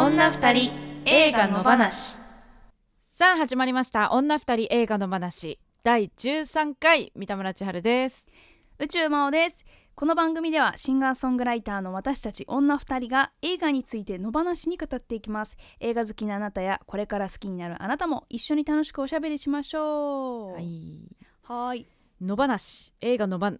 女二人映画の話。 さあ始まりました女二人映画の話第13回。三田村千春です。 宇宙魔王です。この番組ではシンガーソングライターの私たち女二人が映画について野放しに語っていきます。映画好きなあなたやこれから好きになるあなたも一緒に楽しくおしゃべりしましょう。 はい。野放し、映画の話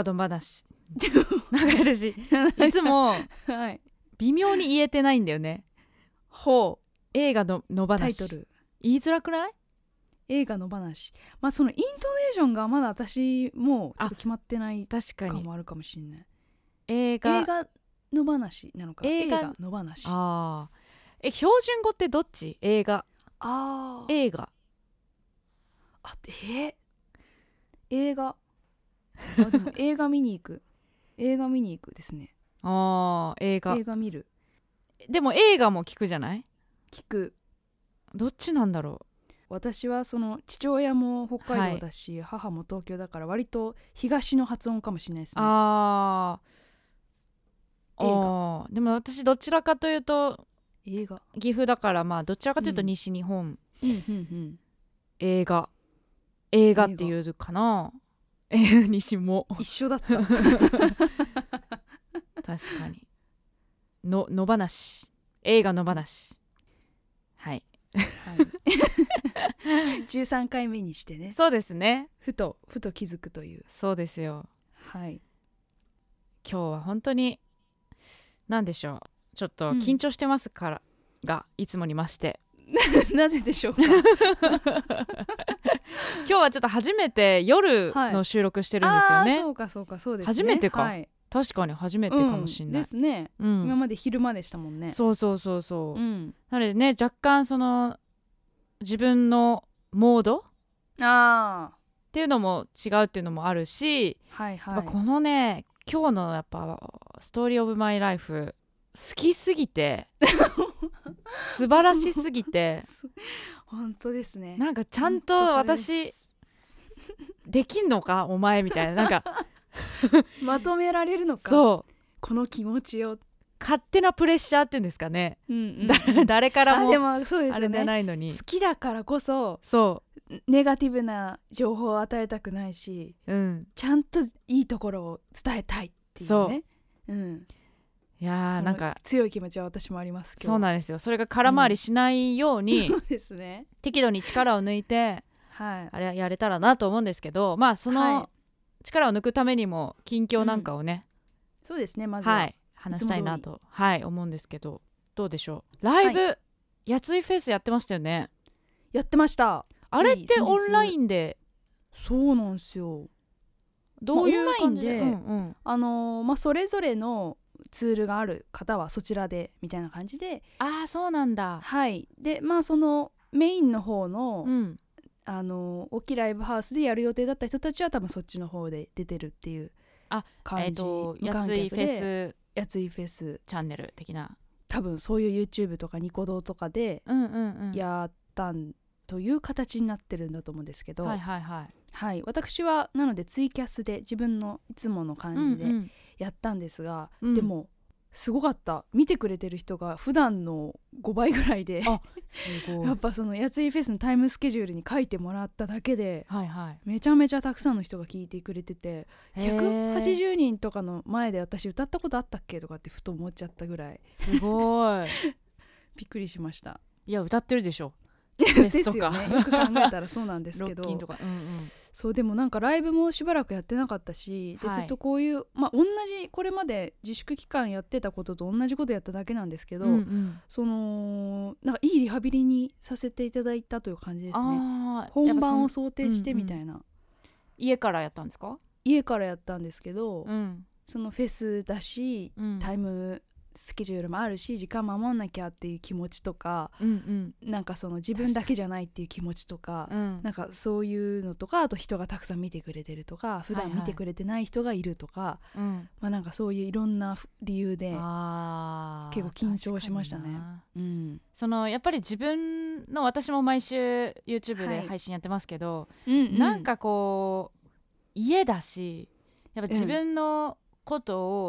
なんか私いつも微妙に言えてないんだよね。 ほう。 映画の野放し、 タイトル言いづらくない？ 映画の話。まあそのイントネーションがまだ私もちょっと決まってない確かにかもあるかもしれない。 映画の話なのか。映画の話。 標準語ってどっち？映画映画映画でも映画見に行くですね。 映画見る。 でも映画も聞くじゃない？ 聞く。 どっちなんだろう。 私はその父親も北海道だし、母も東京だから割と東の発音かもしれないですね。 映画。でも私どちらかというと映画岐阜だから、まあどちらかというと西日本、映画っていうかな。西も一緒だった確かに野放し、映画野放し。はい 13回目にしてね。 そうですね。 ふと気づくという。 そうですよ。 はい。 今日は本当に何でしょう、ちょっと緊張してますからがいつもに増してなぜでしょうか今日はちょっと初めて夜の収録してるんですよね。 そうかそうですね。 初めてか、確かに初めてかもしれない、 ですね、今まで昼間でしたもんね。 そう、なのでね、若干その自分のモードっていうのも違うっていうのもあるし、このね今日のやっぱストーリーオブマイライフ好きすぎて素晴らしすぎて本当ですね。 なんかちゃんと私できんのかお前みたいな、なんかまとめられるのか、 そうこの気持ちを。 勝手なプレッシャーっていうんですかね、誰からもでもそうですよね、 あれじゃないのに好きだからこそネガティブな情報を与えたくないし、ちゃんといいところを伝えたいっていうね。いやなんか強い気持ちは私もあります。 そうなんですよ。それが空回りしないように、 そうですね、 適度に力を抜いて、あれやれたらなと思うんですけど、まあその力を抜くためにも近況なんかをね、 そうですね、まずは話したいなと思うんですけど、どうでしょう。ライブ、やついフェスやってましたよね。 やってました。 あれってオンラインで？ そうなんですよ。 どういう感じで、 オンラインで、それぞれのツールがある方はそちらでみたいな感じで。 そうなんだ。 でそのメインの方の、大きいライブハウスでやる予定だった人たちは多分そっちの方で出てるっていう感じ。 やついフェスチャンネル的な、 多分そういう YouTube とかニコ動とかでやったという形になってるんだと思うんですけど、私はなのでツイキャスで自分のいつもの感じでやったんですが、でもすごかった。見てくれてる人が普段の5倍ぐらいで、 すごいやっぱそのやついフェスのタイムスケジュールに書いてもらっただけで、めちゃめちゃたくさんの人が聞いてくれてて、180人とかの前で私歌ったことあったっけとかってふと思っちゃったぐらいすごいびっくりしました。 いや歌ってるでしょですよね、よく考えたらそうなんですけどロッキンとか、 そうでもなんかライブもしばらくやってなかったし、でずっとこういう、同じこれまで自粛期間やってたことと同じことやっただけなんですけど、そのなんかいいリハビリにさせていただいたという感じですね。本番を想定してみたいな。 家からやったんですか？ 家からやったんですけど、そのフェスだし、タイムスケジュールもあるし時間守んなきゃっていう気持ちとか、なんかその自分だけじゃないっていう気持ちとか、なんかそういうのとか、あと人がたくさん見てくれてるとか、普段見てくれてない人がいるとか、なんかそういういろんな理由で結構緊張しましたね。 そのやっぱり自分の、私も毎週 YouTube で配信やってますけど、なんかこう家だし、やっぱ自分のことを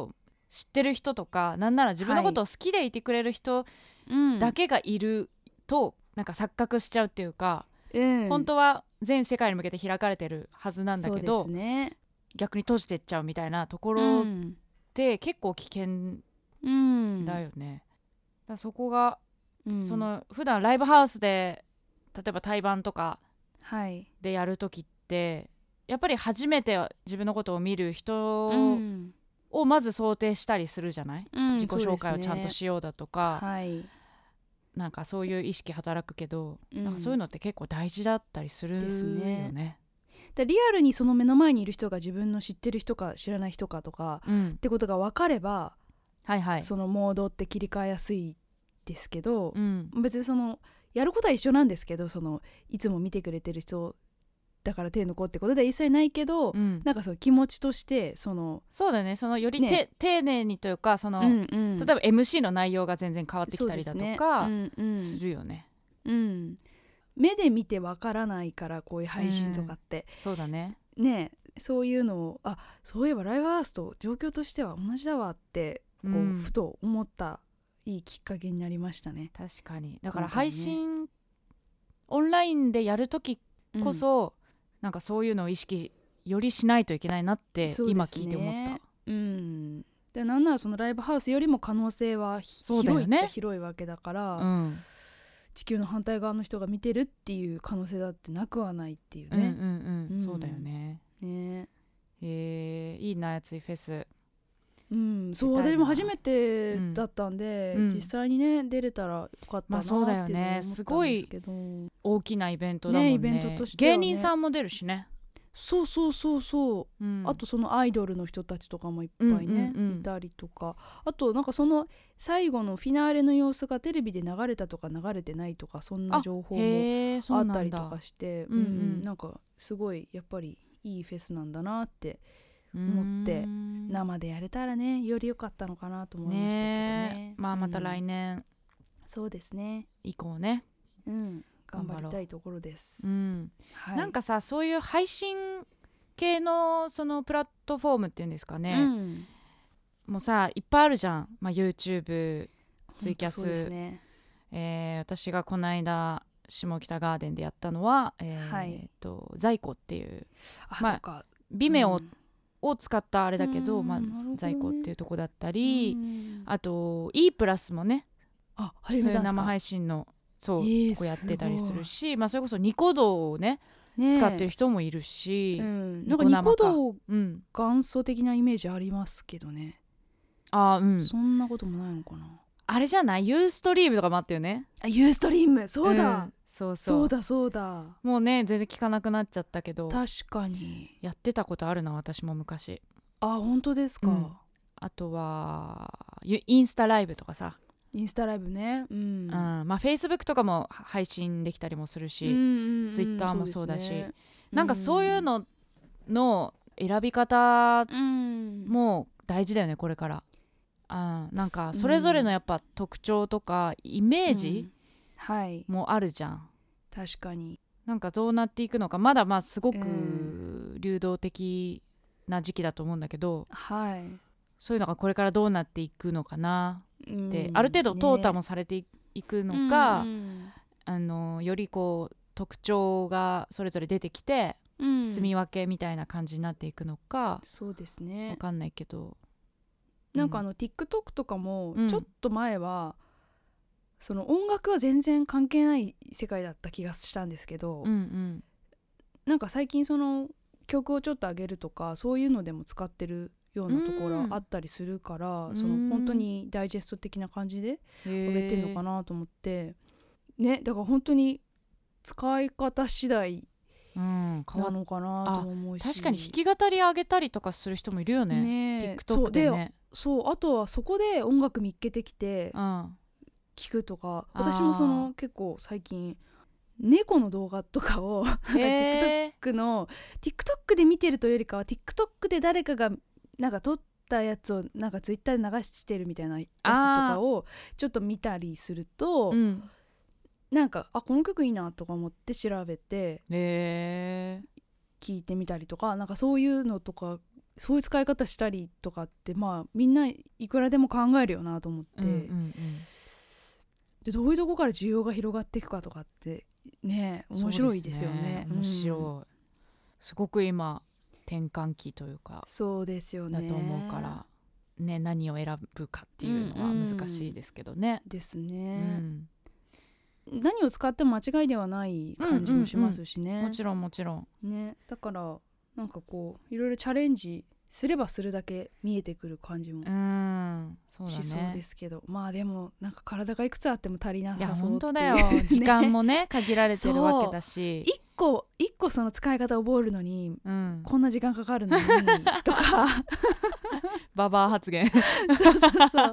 知ってる人とか、なんなら自分のことを好きでいてくれる人だけがいるとなんか錯覚しちゃうっていうか、本当は全世界に向けて開かれてるはずなんだけど、逆に閉じてっちゃうみたいなところって結構危険だよね。だからそこが、その普段ライブハウスで例えば対バンとかでやる時って、やっぱり初めて自分のことを見る人をまず想定したりするじゃない、自己紹介をちゃんとしようだとか、なんかそういう意識働くけど、なんかそういうのって結構大事だったりするよね。 でリアルにその目の前にいる人が自分の知ってる人か知らない人かとか、ってことが分かれば、そのモードって切り替えやすいですけど、別にそのやることは一緒なんですけど、そのいつも見てくれてる人だから手抜こうってことでは一切ないけど、なんかその気持ちとしてそうだね、そのより、丁寧にというか、その、例えば MC の内容が全然変わってきたりだとかするよね。 目で見てわからないから、こういう配信とかって、 そうだね。 そういうのをそういえばライブハウスと状況としては同じだわってこう、ふと思ったいいきっかけになりましたね。 確かに。だから配信、オンラインでやるときこそ、なんかそういうのを意識よりしないといけないなって今聞いて思った。 でなんならそのライブハウスよりも可能性は広いっちゃ広いわけだから、地球の反対側の人が見てるっていう可能性だってなくはないっていうね。 そうだよね。いいな、やついフェス。 そう、私も初めてだったんで、実際にね出れたらよかったなっていうのを思ったんですけど、 すごい大きなイベントだもんね。 イベントとしてはね、 芸人さんも出るしね。 そう、あとそのアイドルの人たちとかもいっぱいね、いたりとか、あとなんかその最後のフィナーレの様子がテレビで流れたとか流れてないとか、そんな情報もあったりとかして、なんかすごいやっぱりいいフェスなんだなって思って、生でやれたらねより良かったのかなと思いましたけどね。 また来年、 そうですね、 以降ね、 頑張りたいところです。 なんかさ、そういう配信系のそのプラットフォームっていうんですかね、もうさいっぱいあるじゃん、YouTube、ツイキャス、私がこの間下北ガーデンでやったのは、在庫っていう、ビメオを使ったあれだけど、在庫っていうとこだったり、あと E プラスもね、そういう生配信のここやってたりするし、それこそニコ動をね使ってる人もいるし、 なんかニコ動元祖的なイメージありますけどね。そんなこともないのかな。 あれじゃない、ユーストリームとかもあったよね。 ユーストリーム、そうだ、 そうだ。もうね全然聞かなくなっちゃったけど、 確かにやってたことあるな、私も昔。 本当ですか。 あとはインスタライブとかさ、 インスタライブね、 Facebook とかも配信できたりもするし、Twitter もそうだし、なんかそういうのの選び方も大事だよね、これから。なんかそれぞれのやっぱ特徴とかイメージもあるじゃん。 確かに。 なんかどうなっていくのか、まだすごく流動的な時期だと思うんだけど、そういうのがこれからどうなっていくのかなって、ある程度淘汰もされていくのか、よりこう特徴がそれぞれ出てきて、住み分けみたいな感じになっていくのか、 そうですね、 分かんないけど、 なんかTikTok とかもちょっと前は、その音楽は全然関係ない世界だった気がしたんですけど、なんか最近その曲をちょっと上げるとかそういうのでも使ってるようなところあったりするから、その本当にダイジェスト的な感じで上げてるのかなと思ってね。だから本当に使い方次第なのかなと思うし、 確かに弾き語り上げたりとかする人もいるよね、TikTok でね。 あとはそこで音楽見っけてきて聞くとか、私もその結構最近猫の動画とかをTikTok で見てるというよりかは TikTok で誰かがなんか撮ったやつをなんか Twitter で流してるみたいなやつとかをちょっと見たりすると、なんかこの曲いいなとか思って調べて聞いてみたりとか、なんかそういうのとかそういう使い方したりとかってまあみんないくらでも考えるよなと思って、でどういうとこから需要が広がっていくかとかってね面白いですよね。 面白い、すごく今転換期というかそうですよねだと思うからね、何を選ぶかっていうのは難しいですけどね。 ですね、何を使っても間違いではない感じもしますしね。 もちろんもちろんね、だからなんかこういろいろチャレンジすればするだけ見えてくる感じもしそうですけど、まあでもなんか体がいくつあっても足りなさそうっていう。いや本当だよ時間もね限られてるわけだし一個その使い方を覚えるのに、こんな時間かかるのにとかババア発言そう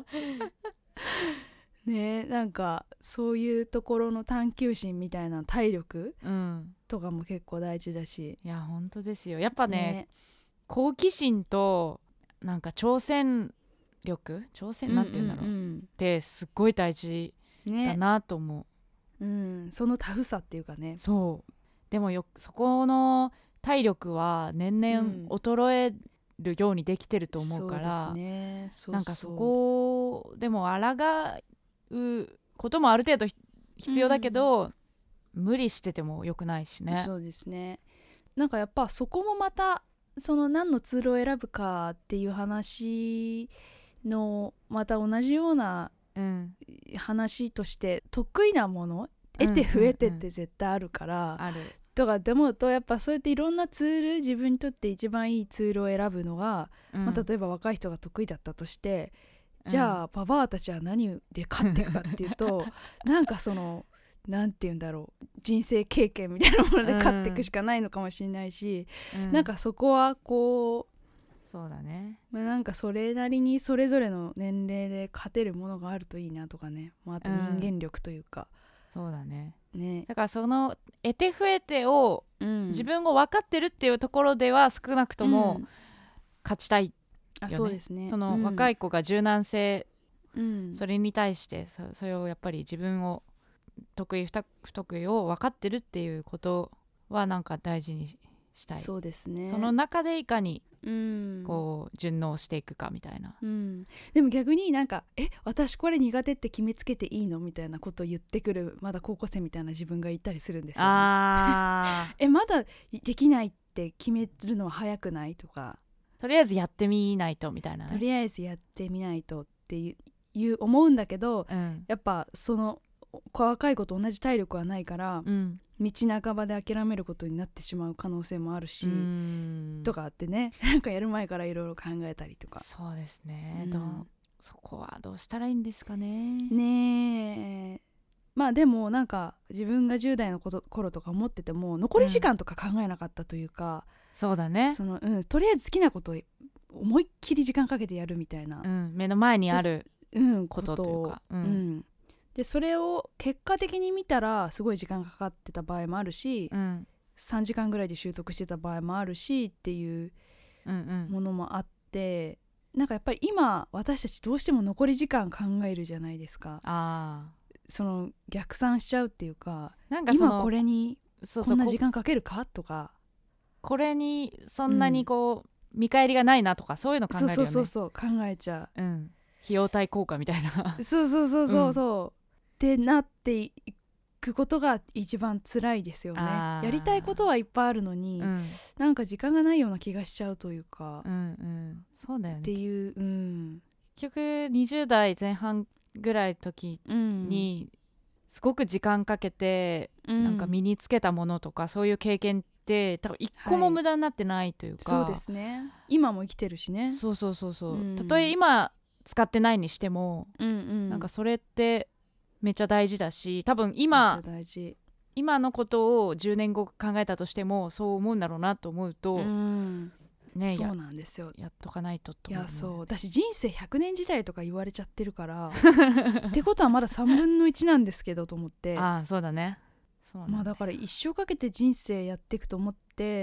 ね、なんかそういうところの探求心みたいな体力、とかも結構大事だし。 いや本当ですよやっぱね好奇心となんか挑戦なんていうんだろう、ってすっごい大事だなと思う、そのタフさっていうかね。 そうでもそこの体力は年々衰えるようにできてると思うから、なんかそこでも抗うこともある程度必要だけど、無理してても良くないしね。 そうですね。なんかやっぱそこもまたその何のツールを選ぶかっていう話のまた同じような話として、得意なもの得て増えてって絶対あるから、とかって思うとやっぱそうやっていろんなツール、自分にとって一番いいツールを選ぶのが、まあ、例えば若い人が得意だったとして、じゃあババアたちは何で勝っていくかっていうとなんかそのなんて言うんだろう、人生経験みたいなもので勝っていくしかないのかもしれないし、なんかそこはこうそうだね、 なんかそれなりにそれぞれの年齢で勝てるものがあるといいなとかね、あと人間力というか、 そうだね。だからその得て増えてを、自分が分かってるっていうところでは少なくとも勝ちたいよね。 そうですね。 その若い子が柔軟性、それに対してそれをやっぱり自分を得意不得意を分かってるっていうことはなんか大事にしたい。 そうですね。 その中でいかにこう順応していくかみたいな、 でも逆になんか私これ苦手って決めつけていいのみたいなことを言ってくるまだ高校生みたいな自分がいたりするんですよ、ね、まだできないって決めるのは早くないとか、 とりあえずやってみないとみたいな、ね、 とりあえずやってみないとっていう思うんだけど、やっぱその若い子と同じ体力はないから、道半ばで諦めることになってしまう可能性もあるしとかあってね、なんかやる前からいろいろ考えたりとか。 そうですね、そこはどうしたらいいんですかね。 ねえ、まあでもなんか自分が10代の頃とか思ってても残り時間とか考えなかったというか、 そうだね、 とりあえず好きなことを思いっきり時間かけてやるみたいな、 目の前にあることというか、 でそれを結果的に見たらすごい時間かかってた場合もあるし、3時間ぐらいで習得してた場合もあるしっていうものもあって、なんかやっぱり今私たちどうしても残り時間考えるじゃないですか。その逆算しちゃうっていうか、 なんか今これにこんな時間かけるかとか、 これにそんなにこう、見返りがないなとかそういうの考えるよね。 そう考えちゃう、 費用対効果みたいなそうってなっていくことが一番辛いですよね。やりたいことはいっぱいあるのに、なんか時間がないような気がしちゃうというか、 そうだよねっていう、 結局20代前半ぐらいの時にすごく時間かけて、なんか身につけたものとかそういう経験って多分一個も無駄になってないというか、 そうですね、今も生きてるしね。 たとえ今使ってないにしても、なんかそれってめっちゃ大事だし、多分今のことを10年後考えたとしてもそう思うんだろうなと思うと、 そうなんですよ、 やっとかないとと思う。 いやそう、私人生100年時代とか言われちゃってるからってことはまだ3分の1なんですけどと思って、 そうだね、 まあだから一生かけて人生やっていくと思って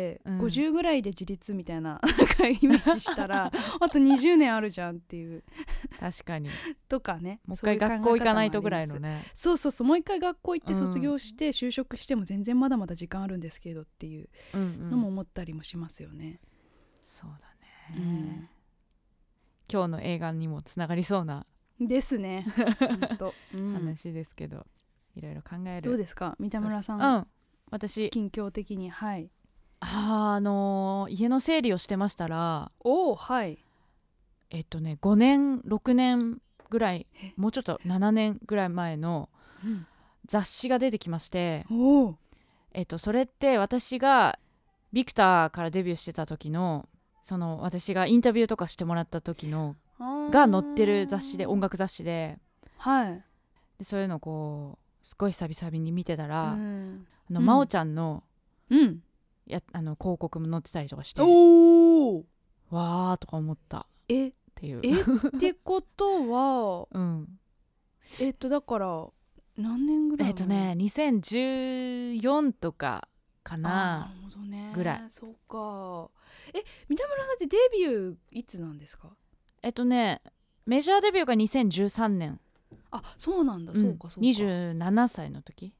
、50ぐらいで自立みたいななんかイメージしたらあと20年あるじゃんっていう。 確かにとかね、 もう一回学校行かないとぐらいのね。 そうもう一回学校行って卒業して就職しても全然まだまだ時間あるんですけどっていうのも思ったりもしますよね。 そうだ今日の映画にもつながりそうなですね話ですけど、いろいろ考える。 どうですか三田村さん。 私近況的に家の整理をしてましたら、 5 年6年ぐらい、もうちょっと7年ぐらい前の雑誌が出てきまして、それって私がビクターからデビューしてた時の、その私がインタビューとかしてもらった時のが載ってる雑誌で、音楽雑誌で、でそういうのをこうすごい久々に見てたら、真央ちゃんの、広告も載ってたりとかして、わーとか思ったっていう。 ってことはだから何年ぐらい 2014とかかなぐらい。 そうか。三田村さんってデビューいつなんですか？ メジャーデビューが2013年。 そうなんだ。そうかそうか。 27歳の時。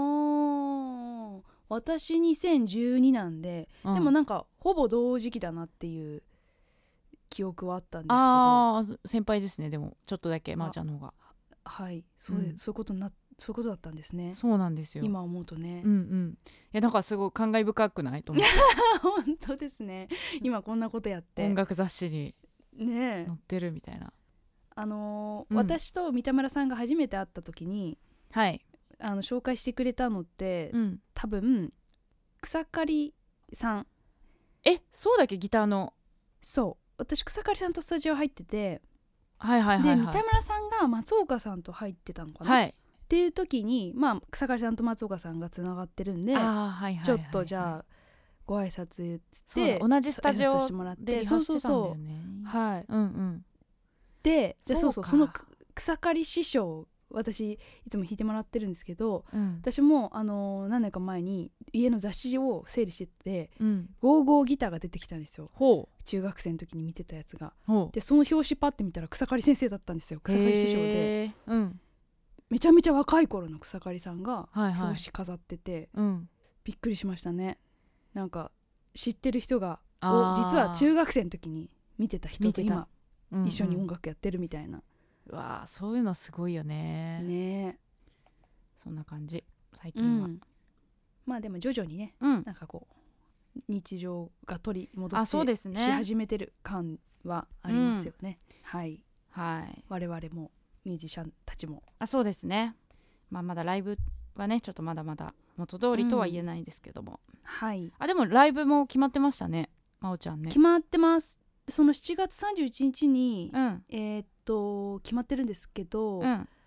私2012なんで、でもなんかほぼ同時期だなっていう記憶はあったんですけど。 先輩ですね。でもちょっとだけまーちゃんの方が。 そういうことだったんですね。 そうなんですよ。 今思うとね。 いやなんかすごい感慨深くないと思って。 本当ですね。今こんなことやって音楽雑誌に載ってるみたいな。 私と三田村さんが初めて会った時に、紹介してくれたのって、多分草刈さん。 そうだっけ？ギターの。 そう私草刈さんとスタジオ入ってて、で三田村さんが松岡さんと入ってたのかな、っていう時に、草刈さんと松岡さんがつながってるんで、ちょっとじゃあご挨拶っつって同じスタジオでリハしてたんだよね。 でその草刈師匠、私いつも弾いてもらってるんですけど、私も何年か前に家の雑誌を整理してて、ゴーゴーギターが出てきたんですよ。中学生の時に見てたやつが。でその表紙パッて見たら草刈先生だったんですよ。草刈師匠で、めちゃめちゃ若い頃の草刈さんが表紙飾ってて、びっくりしましたね。なんか知ってる人が実は中学生の時に見てた人と今一緒に音楽やってるみたいな。 わあ、そういうのすごいよね。そんな感じ最近は。 でも徐々にね、なんかこう日常が取り戻してし始めてる感はありますよね。我々もミュージシャンたちも。 そうですね。まだライブはねちょっとまだまだ元通りとは言えないんですけども、でもライブも決まってましたね、真央ちゃんね。 決まってます。その7月31日に、決まってるんですけど、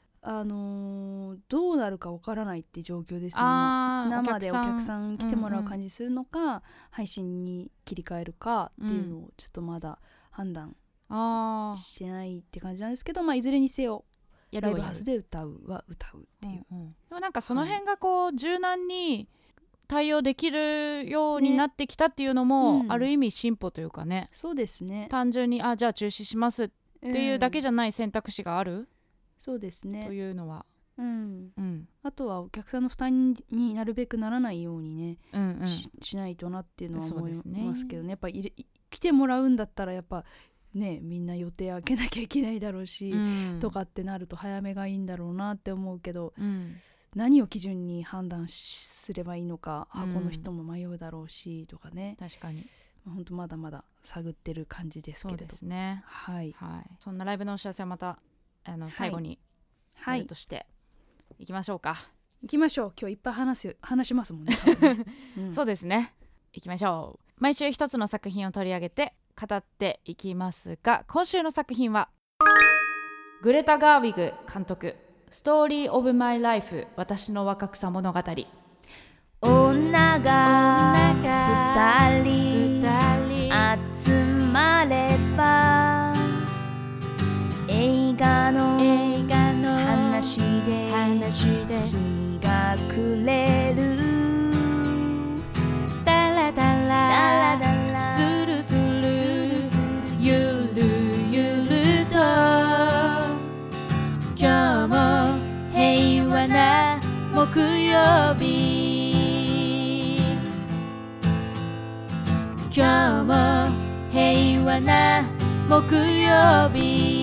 どうなるかわからないって状況ですね。生でお客さん来てもらう感じするのか、配信に切り替えるかっていうのをちょっとまだ判断してないって感じなんですけど、いずれにせよライブハウスで歌うっていう、 でもなんかその辺がこう柔軟に対応できるようになってきたっていうのも、ある意味進歩というかね。 そうですね。 単純にじゃあ中止しますっていうだけじゃない選択肢がある、 そうですね。 というのは、 あとはお客さんの負担になるべくならないようにね、しないとなっていうのは思いますけどね。やっぱ来てもらうんだったらやっぱね、みんな予定開けなきゃいけないだろうし、とかってなると早めがいいんだろうなって思うけど、何を基準に判断すればいいのか、箱の人も迷うだろうしとかね。 確かに本当まだまだ探ってる感じですけれど。 そうですね。そんなライブのお知らせはまた最後にやるとしていきましょうか。 行きましょう。今日いっぱい話しますもんね。 そうですね。行きましょう。毎週一つの作品を取り上げて語っていきますが、今週の作品はグレタ・ガーウィグ監督、ストーリー・オブ・マイ・ライフ、私の若草物語。 女が二人集まれば、映画の話で日が暮れる。ダラダラズルズルゆるゆると、今日も平和な木曜日。 わな木曜日。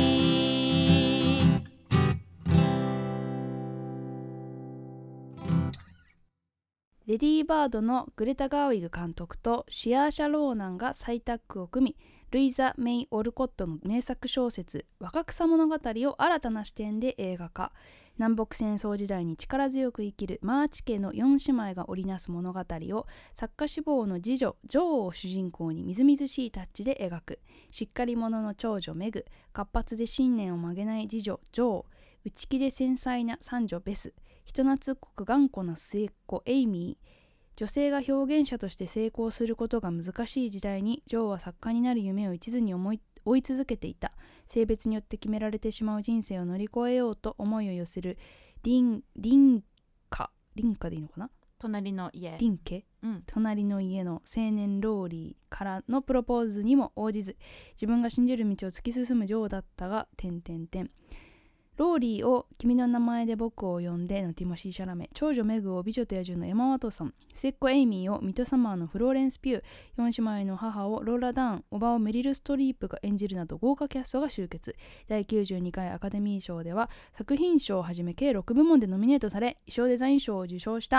レディーバードのグレタ・ガーウィグ監督とシアーシャ・ローナンが再タッグを組み、ルイザ・メイ・オルコットの名作小説若草物語を新たな視点で映画化。南北戦争時代に力強く生きるマーチ家の4姉妹が織りなす物語を作家志望の次女ジョーを主人公にみずみずしいタッチで描く。しっかり者の長女メグ、活発で信念を曲げない次女ジョー、内気で繊細な三女ベス、人懐っこく頑固な末っ子エイミー。女性が表現者として成功することが難しい時代にジョーは作家になる夢を一途に追い続けていた。性別によって決められてしまう人生を乗り越えようと思いを寄せるリンカでいいのかな、 隣の家、 リン家、隣の家の青年ローリーからのプロポーズにも応じず、自分が信じる道を突き進むジョーだったがローリーを君の名前で僕を呼んでのティモシー・シャラメ、長女メグを美女と野獣のエマ・ワトソン、末っ子エイミーをミッドサマーのフローレンス・ピュー、4姉妹の母をローラ・ダーン、叔母をメリル・ストリープが演じるなど豪華キャストが集結。第92回アカデミー賞では作品賞をはじめ計6部門でノミネートされ、衣装デザイン賞を受賞した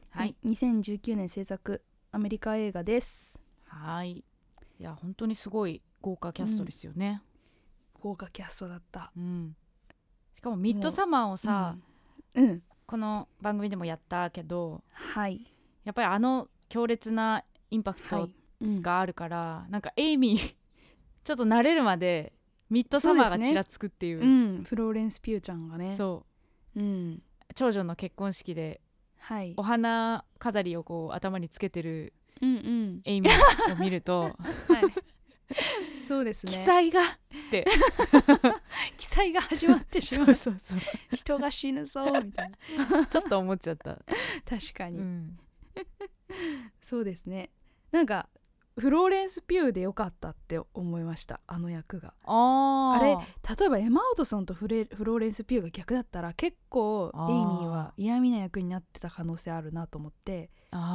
、2019年制作アメリカ映画です。 はい、いや本当にすごい豪華キャストですよね。 豪華キャストだった。 しかもミッドサマーをさ、この番組でもやったけど、やっぱり強烈なインパクトがあるから、なんかエイミーちょっと慣れるまでミッドサマーがちらつくっていう、 フローレンス・ピューちゃんがね、 長女の結婚式で、お花飾りをこう頭につけてるエイミーを見ると、 そうですね、 記載がって記載が始まってしまう人が死ぬぞみたいなちょっと思っちゃった。 確かに、そうですね。なんかフローレンス・ピューでよかったって思いました、あの役が。あれ例えばエマ・ワトソンとフローレンス・ピューが逆だったら結構エイミーは嫌味な役になってた可能性あるなと思って。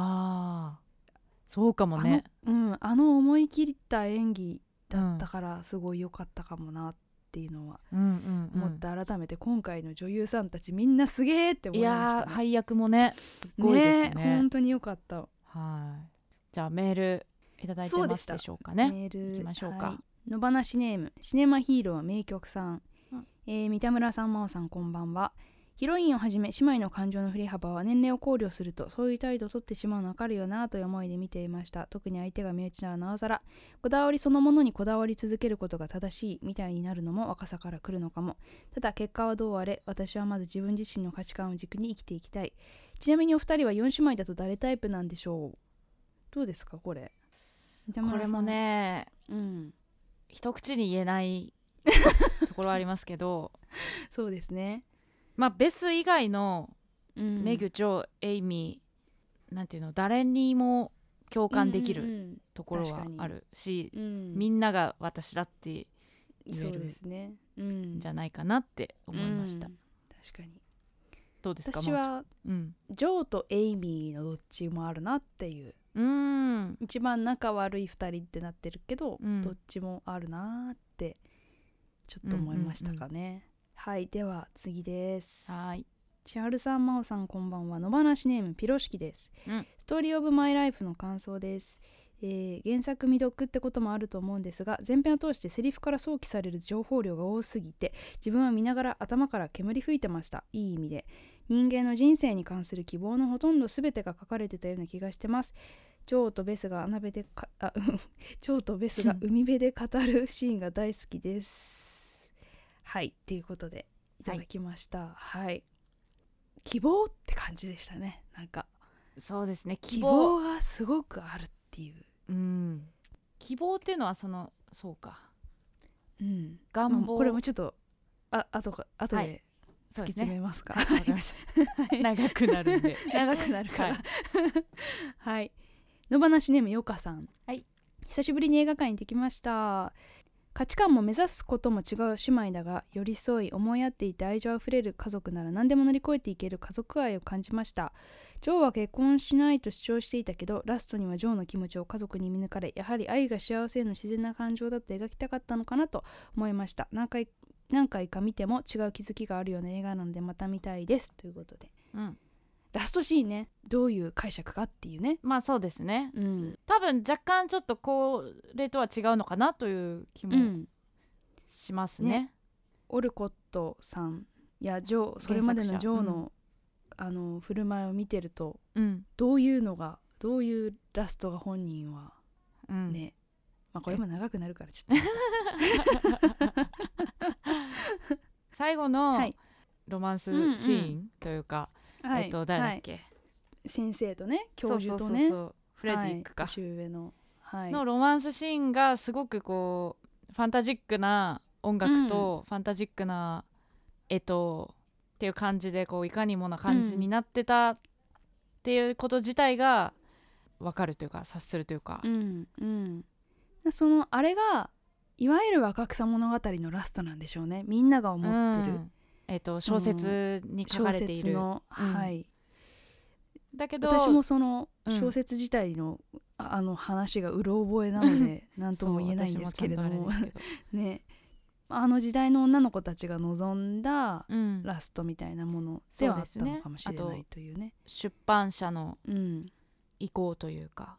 そうかもね。 あの思い切った演技だったからすごい良かったかもなっていうのは思って、改めて今回の女優さんたちみんなすげーって思いましたね。 配役もねすごいですね。 本当に良かった。 じゃあメールいただいてますでしょうかね。 メールいきましょうか。 野放しネームシネマヒーロー名曲さん、三田村さん、真央さん、こんばんは。ヒロインをはじめ姉妹の感情の振り幅は年齢を考慮するとそういう態度を取ってしまうの分かるよなという思いで見ていました。特に相手が身内ならなおさら、こだわりそのものにこだわり続けることが正しいみたいになるのも若さから来るのかも。ただ結果はどうあれ、私はまず自分自身の価値観を軸に生きていきたい。ちなみにお二人は4姉妹だと誰タイプなんでしょう。どうですかこれ。 これもね、一口に言えないところはありますけどそうですね。 ベス以外のメグ、ジョー、エイミーなんていうの、誰にも共感できるところはあるし、みんなが私だって言えるんじゃないかなって思いました。 確かに。 どうですか。 私は、ジョーとエイミーのどっちもあるなっていう、一番仲悪い2人ってなってるけど、どっちもあるなってちょっと思いましたかね。はい、では次です。千春さん、真央さん、こんばんは。野放しネームピロシキです。ストーリーオブマイライフの感想です。原作未読ってこともあると思うんですが、前編を通してセリフから想起される情報量が多すぎて自分は見ながら頭から煙吹いてました。いい意味で。人間の人生に関する希望のほとんど全てが書かれてたような気がしてます。ジョーとベスが海辺で語るシーンが大好きです。はい、ということでいただきました。希望って感じでしたね。なんかそうですね、 希望がすごくあるっていう、 希望っていうのはそうか、 願望、これもちょっと後で突き詰めますか。 わかりました。長くなるんで長くなるから野放しネームよかさん、久しぶりに映画館に行ってきました。 価値観も目指すことも違う姉妹だが、寄り添い思い合っていて愛情あふれる家族なら何でも乗り越えていける家族愛を感じました。ジョーは結婚しないと主張していたけど、ラストにはジョーの気持ちを家族に見抜かれ、やはり愛が幸せへの自然な感情だと描きたかったのかなと思いました。何回か見ても違う気づきがあるような映画なのでまた見たいですということで、ラストシーンね、どういう解釈かっていうね。 まあそうですね、多分若干ちょっとこれとは違うのかなという気もしますね。 オルコットさんやジョー、それまでのジョーの、振る舞いを見てると、どういうラストが本人は、ね、まあこれも長くなるからちょっと最後のロマンスシーンというか、誰だっけ、 先生とね、教授とね、 フレディックか、 年上の、 のロマンスシーンがすごくこうファンタジックな音楽と、ファンタジックな絵とっていう感じで、こういかにもな感じになってたっていうこと自体が分かるというか、察するというか、 そのあれがいわゆる若草物語のラストなんでしょうね。みんなが思ってる、 小説に書かれているの、だけど私もその小説自体の、話がうろ覚えなので何とも言えないんですけれどもね、時代の女の子たちが望んだラストみたいなものではあったのかもしれないというね。 出版社の意向というか、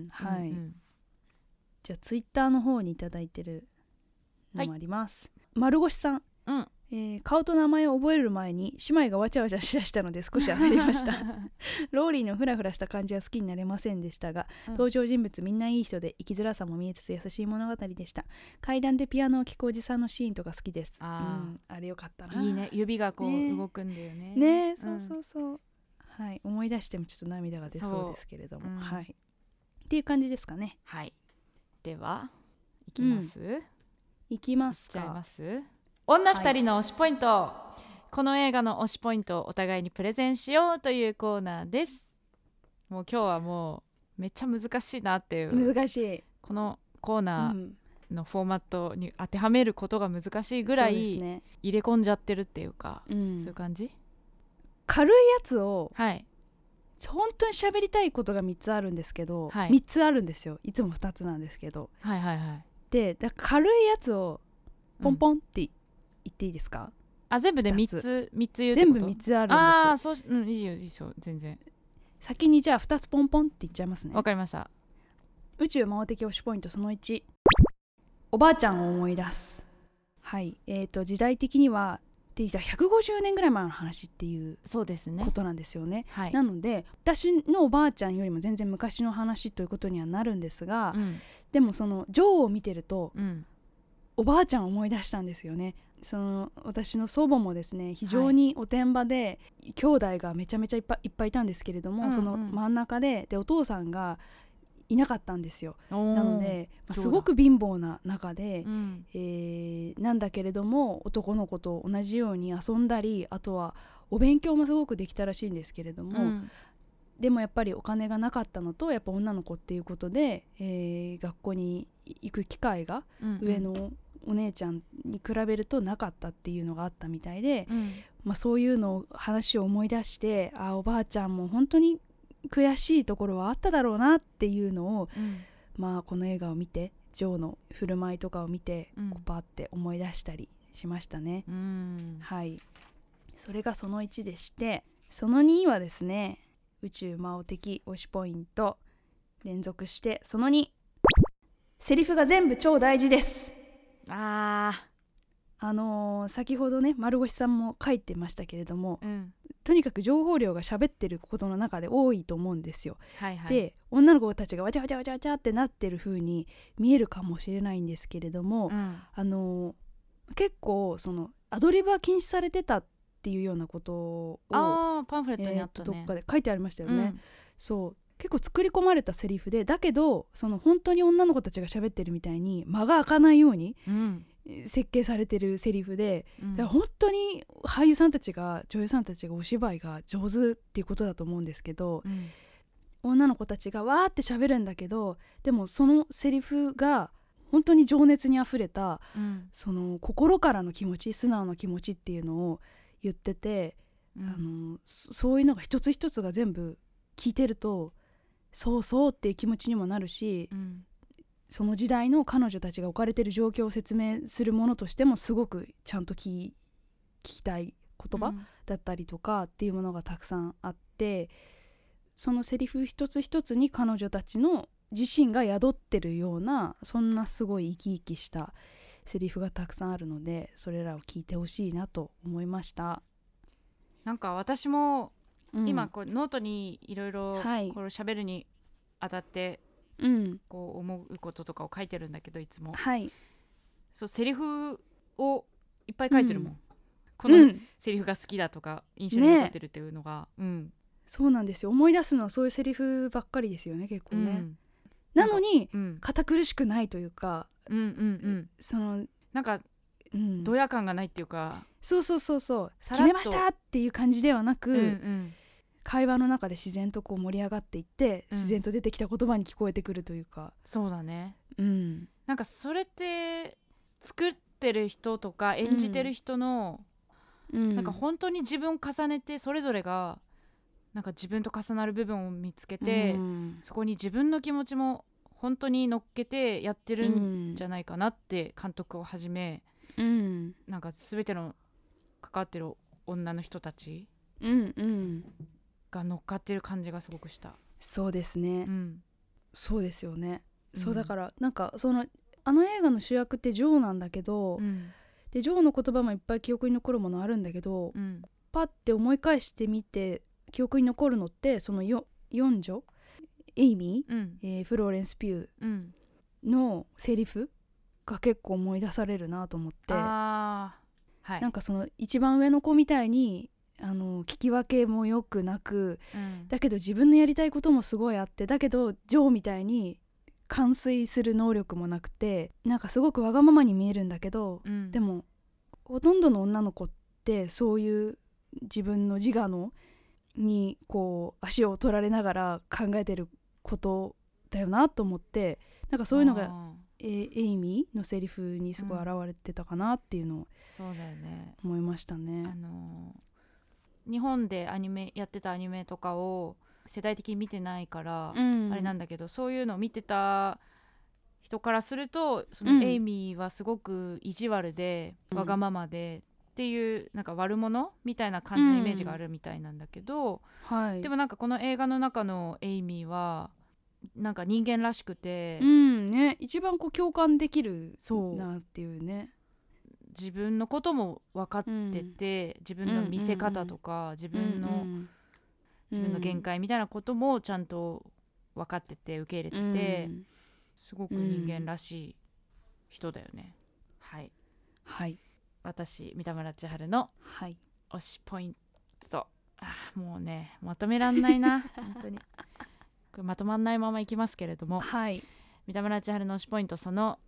じゃあツイッターの方にいただいてるのもあります。丸越さん、顔と名前を覚える前に姉妹がわちゃわちゃしだしたので少し焦りましたローリーのフラフラした感じは好きになれませんでしたが、登場人物みんないい人で生きづらさも見えつつ優しい物語でした。階段でピアノを聴くおじさんのシーンとか好きです。あれよかったな。 いいね、指がこう動くんだよね。 ね、そう、思い出してもちょっと涙が出そうですけれども、っていう感じですかね。 では行きます、 行きますか。 行っちゃいます。女2人の推しポイント、この映画の推しポイントをお互いにプレゼンしようというコーナーです。もう今日はもうめっちゃ難しいなっていう、 難しいこのコーナーのフォーマットに当てはめることが難しいぐらい入れ込んじゃってるっていうか、そういう感じ。 軽いやつを、本当に喋りたいことが3つあるんですけど、3つあるんですよ。いつも2つなんですけど、でだから軽いやつをポンポンって言っていいですか。 全部で3つ言うってこと。 全部3つあるんです。 いいよ全然。 先にじゃあ2つポンポンって言っちゃいますね。 わかりました。 宇宙魔王的推しポイントその1、おばあちゃんを思い出す。時代的にはって言ったら150年ぐらい前の話っていうことなんですよね。なので私のおばあちゃんよりも全然昔の話ということにはなるんですが、でもそのジョーを見てると、おばあちゃんを思い出したんですよね。その私の祖母もですね、非常におてんばで、兄弟がめちゃめちゃいっぱいいたんですけれども、その真ん中でお父さんがいなかったんですよ。なので、すごく貧乏な中で、なんだけれども男の子と同じように遊んだり、あとはお勉強もすごくできたらしいんですけれども、でもやっぱりお金がなかったのと、やっぱ女の子っていうことで、学校に行く機会が上のお姉ちゃんに比べるとなかったっていうのがあったみたいで、そういうのを話を思い出して、おばあちゃんも本当に悔しいところはあっただろうなっていうのを、この映画を見て、ジョーの振る舞いとかを見て、パーって思い出したりしましたね。それがその1でして、その2はですね、宇宙魔王的推しポイント連続して、その2、セリフが全部超大事です。先ほどね、丸越さんも書いてましたけれども、とにかく情報量が喋ってることの中で多いと思うんですよ。で、女の子たちがわちゃわちゃわちゃわちゃってなってる風に見えるかもしれないんですけれども、結構そのアドリブは禁止されてたっていうようなことをパンフレットにあったね、 どっかで書いてありましたよね。そう、結構作り込まれたセリフで、だけどその本当に女の子たちが喋ってるみたいに間が開かないように設計されてるセリフで、だから本当に俳優さんたちが、女優さんたちがお芝居が上手っていうことだと思うんですけど、女の子たちがわーって喋るんだけど、でもそのセリフが本当に情熱にあふれた、その心からの気持ち、素直な気持ちっていうのを言ってて、そういうのが一つ一つが全部聞いてるとそうそうっていう気持ちにもなるし、その時代の彼女たちが置かれてる状況を説明するものとしてもすごくちゃんと聞きたい言葉だったりとかっていうものがたくさんあって、そのセリフ一つ一つに彼女たちの自身が宿ってるような、そんなすごい生き生きしたセリフがたくさんあるので、それらを聞いてほしいなと思いました。 なんか私も今こうノートにいろいろ喋るにあたってこう思うこととかを書いてるんだけど、いつも、そうセリフをいっぱい書いてるもん、このセリフが好きだとか印象に残ってるっていうのが、 そうなんですよ。思い出すのはそういうセリフばっかりですよね、結構ね。なのに、堅苦しくないというか、そのなんか、ドヤ感がないっていうか、 そう決めましたっていう感じではなく、会話の中で自然とこう盛り上がっていって、自然と出てきた言葉に聞こえてくるというか、 そうだね、なんかそれって作ってる人とか演じてる人の、なんか本当に自分を重ねて、それぞれがなんか自分と重なる部分を見つけて、そこに自分の気持ちも本当に乗っけてやってるんじゃないかなって、監督をはじめ、なんか全ての関わってる女の人たちが乗っかってる感じがすごくした。 そうですね、そうですよね、そうだからなんかあの映画の主役ってジョーなんだけど、でジョーの言葉もいっぱい記憶に残るものあるんだけど、パッて思い返してみて記憶に残るのって、その四女エイミー、フローレンス・ピューのセリフが結構思い出されるなと思って、なんかその一番上の子みたいに聞き分けもよくなく、だけど自分のやりたいこともすごいあって、だけどジョーみたいに完遂する能力もなくて、なんかすごくわがままに見えるんだけど、でもほとんどの女の子ってそういう自分の自我にこう足を取られながら考えてることだよなと思って、なんかそういうのがエイミーのセリフにすごい現れてたかなっていうのを思いましたね。 日本でやってたアニメとかを世代的に見てないから、あれなんだけど、そういうのを見てた人からすると、そのエイミーはすごく意地悪で、わがままでっていうなんか悪者みたいな感じのイメージがあるみたいなんだけど、でもなんかこの映画の中のエイミーはなんか人間らしくて、 一番こう共感できるなっていうね。 自分のことも分かってて、自分の見せ方とか、自分の限界みたいなこともちゃんと分かってて受け入れてて、すごく人間らしい人だよね。はい、私三田村千春の推しポイント、もうねまとめらんないな本当にこれまとまんないままいきますけれども、三田村千春の推しポイントその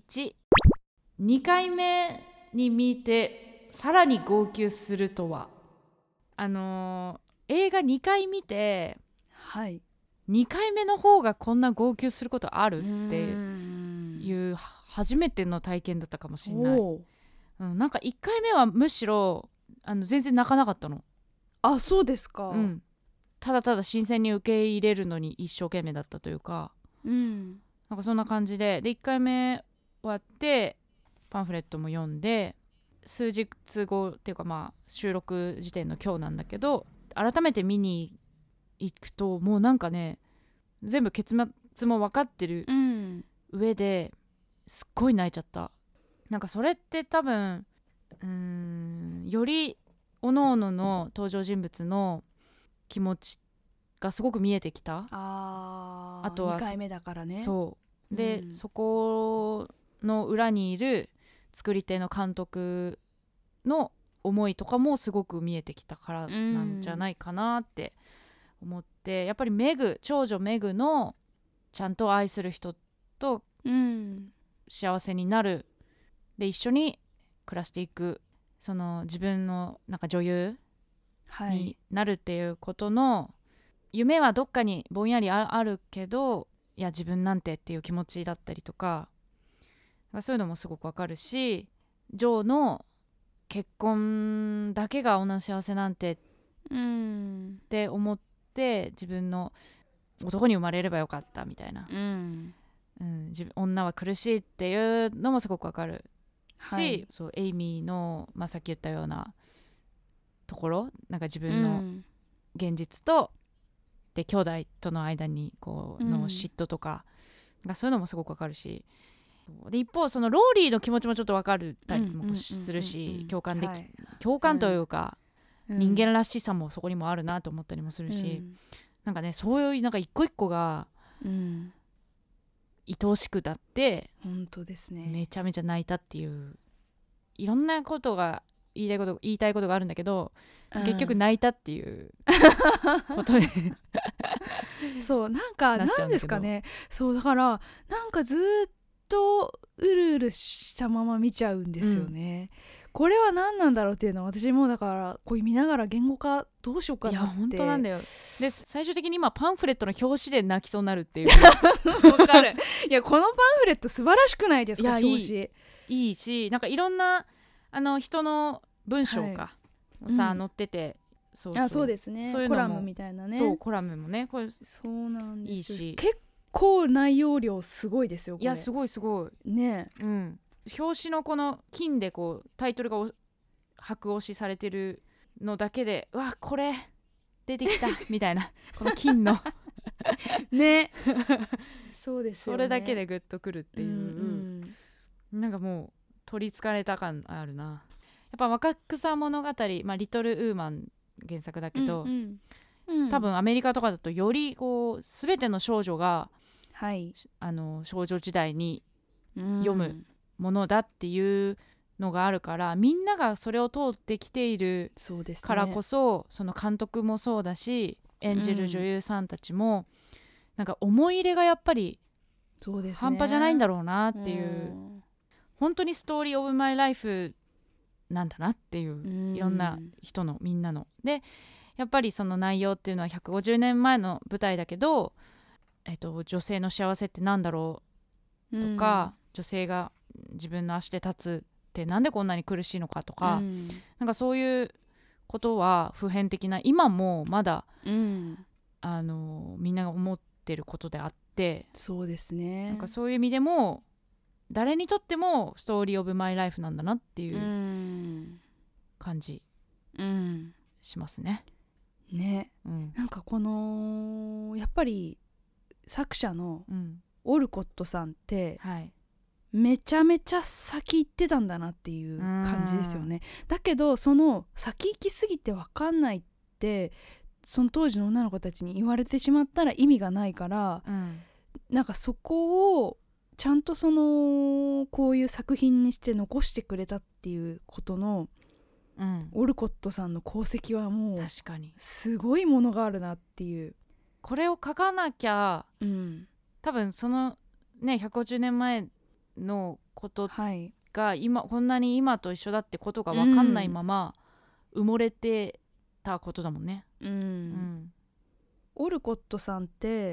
1、2回目に見てさらに号泣するとは。映画2回見て、2回目の方がこんな号泣することあるっていう初めての体験だったかもしれない。なんか1回目はむしろ全然泣かなかったの。 あ、そうですか。 ただただ新鮮に受け入れるのに一生懸命だったというか、なんかそんな感じで1回目終わってパンフレットも読んで、数日後っていうか、まあ収録時点の今日なんだけど、改めて見に行くともうなんかね、全部結末も分かってる上ですっごい泣いちゃった。なんかそれって多分より各々の登場人物の気持ちがすごく見えてきた。 あとは2回目だからね。 そうで、そこの裏にいる作り手の監督の思いとかもすごく見えてきたからなんじゃないかなって思って、やっぱり長女メグのちゃんと愛する人と幸せになる、で一緒に暮らしていく、その自分のなんか女優になるっていうことの夢はどっかにぼんやりあるけど、いや自分なんてっていう気持ちだったりとか、 そういうのもすごくわかるし、ジョーの結婚だけが女の幸せなんてって思って自分の男に生まれればよかったみたいな、女は苦しいっていうのもすごくわかるし、はい、そうエイミーの、さっき言ったようなところ、なんか自分の現実と、で兄弟との間にこうの嫉妬とか、そういうのもすごくわかるし、で一方そのローリーの気持ちもちょっとわかるたりもするし、共感というか、人間らしさもそこにもあるなと思ったりもするし、なんかね、そういうなんか一個一個が、愛おしくだって本当ですね、 めちゃめちゃ泣いたっていう、いろんなことが言いたいことがあるんだけど、結局泣いたっていうことでそうなんですかね。そうだからなんかずっとうるうるしたまま見ちゃうんですよね、これは何なんだろうっていうのは、私もだからこう見ながら言語化どうしようかなって。いや本当なんだよ。で最終的に今パンフレットの表紙で泣きそうになるっていうわかる。いやこのパンフレット素晴らしくないですか。表紙いいし、なんかいろんな人の文章が、載ってて、 そうですね、そういうのもコラムみたいなね。 そうコラムもね、これそうなんです。 いいし、 結構内容量すごいですよこれ。 いやすごいね。表紙のこの金でこうタイトルが白押しされてるのだけで、うわこれ出てきたみたいなこの金のねそうですよね、 それだけでグッとくるっていう、なんかもう取りつかれた感あるな。やっぱ若草物語、リトルウーマン原作だけど、多分アメリカとかだとよりこう全ての少女が、少女時代に読むものだっていうのがあるから、みんながそれを通ってきているからこそ、その監督もそうだし演じる女優さんたちも、なんか思い入れがやっぱり半端じゃないんだろうなっていう、本当にストーリーオブマイライフなんだなっていう、いろんな人のみんなので、やっぱりその内容っていうのは150年前の舞台だけど、女性の幸せってなんだろうとか、女性が自分の足で立つってなんでこんなに苦しいのかとか、なんかそういうことは普遍的な、今もまだ、みんなが思ってることであって、 そうですね、 なんかそういう意味でも誰にとってもストーリーオブマイライフなんだなっていう感じしますね。 なんかこのやっぱり作者のオルコットさんって、めちゃめちゃ先行ってたんだなっていう感じですよね。だけどその先行きすぎて分かんないってその当時の女の子たちに言われてしまったら意味がないから、なんかそこをちゃんとそのこういう作品にして残してくれたっていうことの、オルコットさんの功績はもう確かにすごいものがあるなっていう。 これを書かなきゃ、多分そのね150年前のことが今、こんなに今と一緒だってことが分かんないまま埋もれてたことだもんね。 オルコットさんって、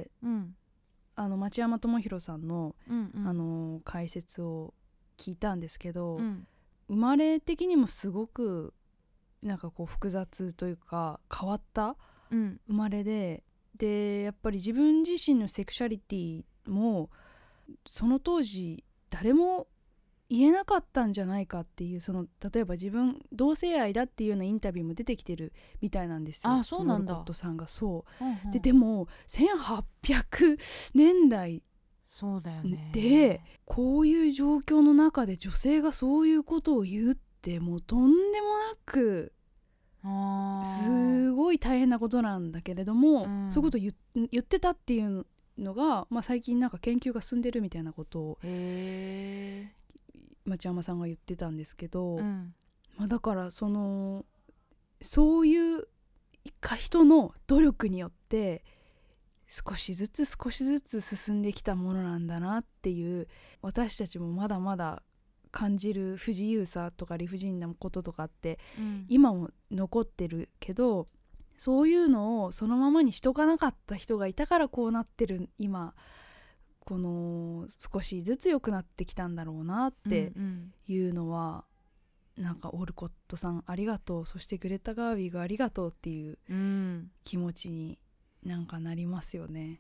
町山智博さんの、解説を聞いたんですけど、生まれ的にもすごくなんかこう複雑というか変わった生まれで、やっぱり自分自身のセクシャリティもその当時誰も言えなかったんじゃないかっていう、その例えば自分同性愛だっていうようなインタビューも出てきてるみたいなんですよ。 そうなんだ。 オルコットさんがでも1800年代そうだよね。 でこういう状況の中で女性がそういうことを言うってもうとんでもなくすごい大変なことなんだけれども、そういうことを言ってたっていうのが、最近なんか研究が進んでるみたいなことを町山さんが言ってたんですけど、だからそういう人の努力によって少しずつ進んできたものなんだなっていう、私たちもまだまだ感じる不自由さとか理不尽なこととかって、今も残ってるけど、そういうのをそのままにしとかなかった人がいたからこうなってる今この少しずつ良くなってきたんだろうなっていうのは、なんかオルコットさんありがとう、そしてグレタ・ガーウィーがありがとうっていう気持ちになんかなりますよね。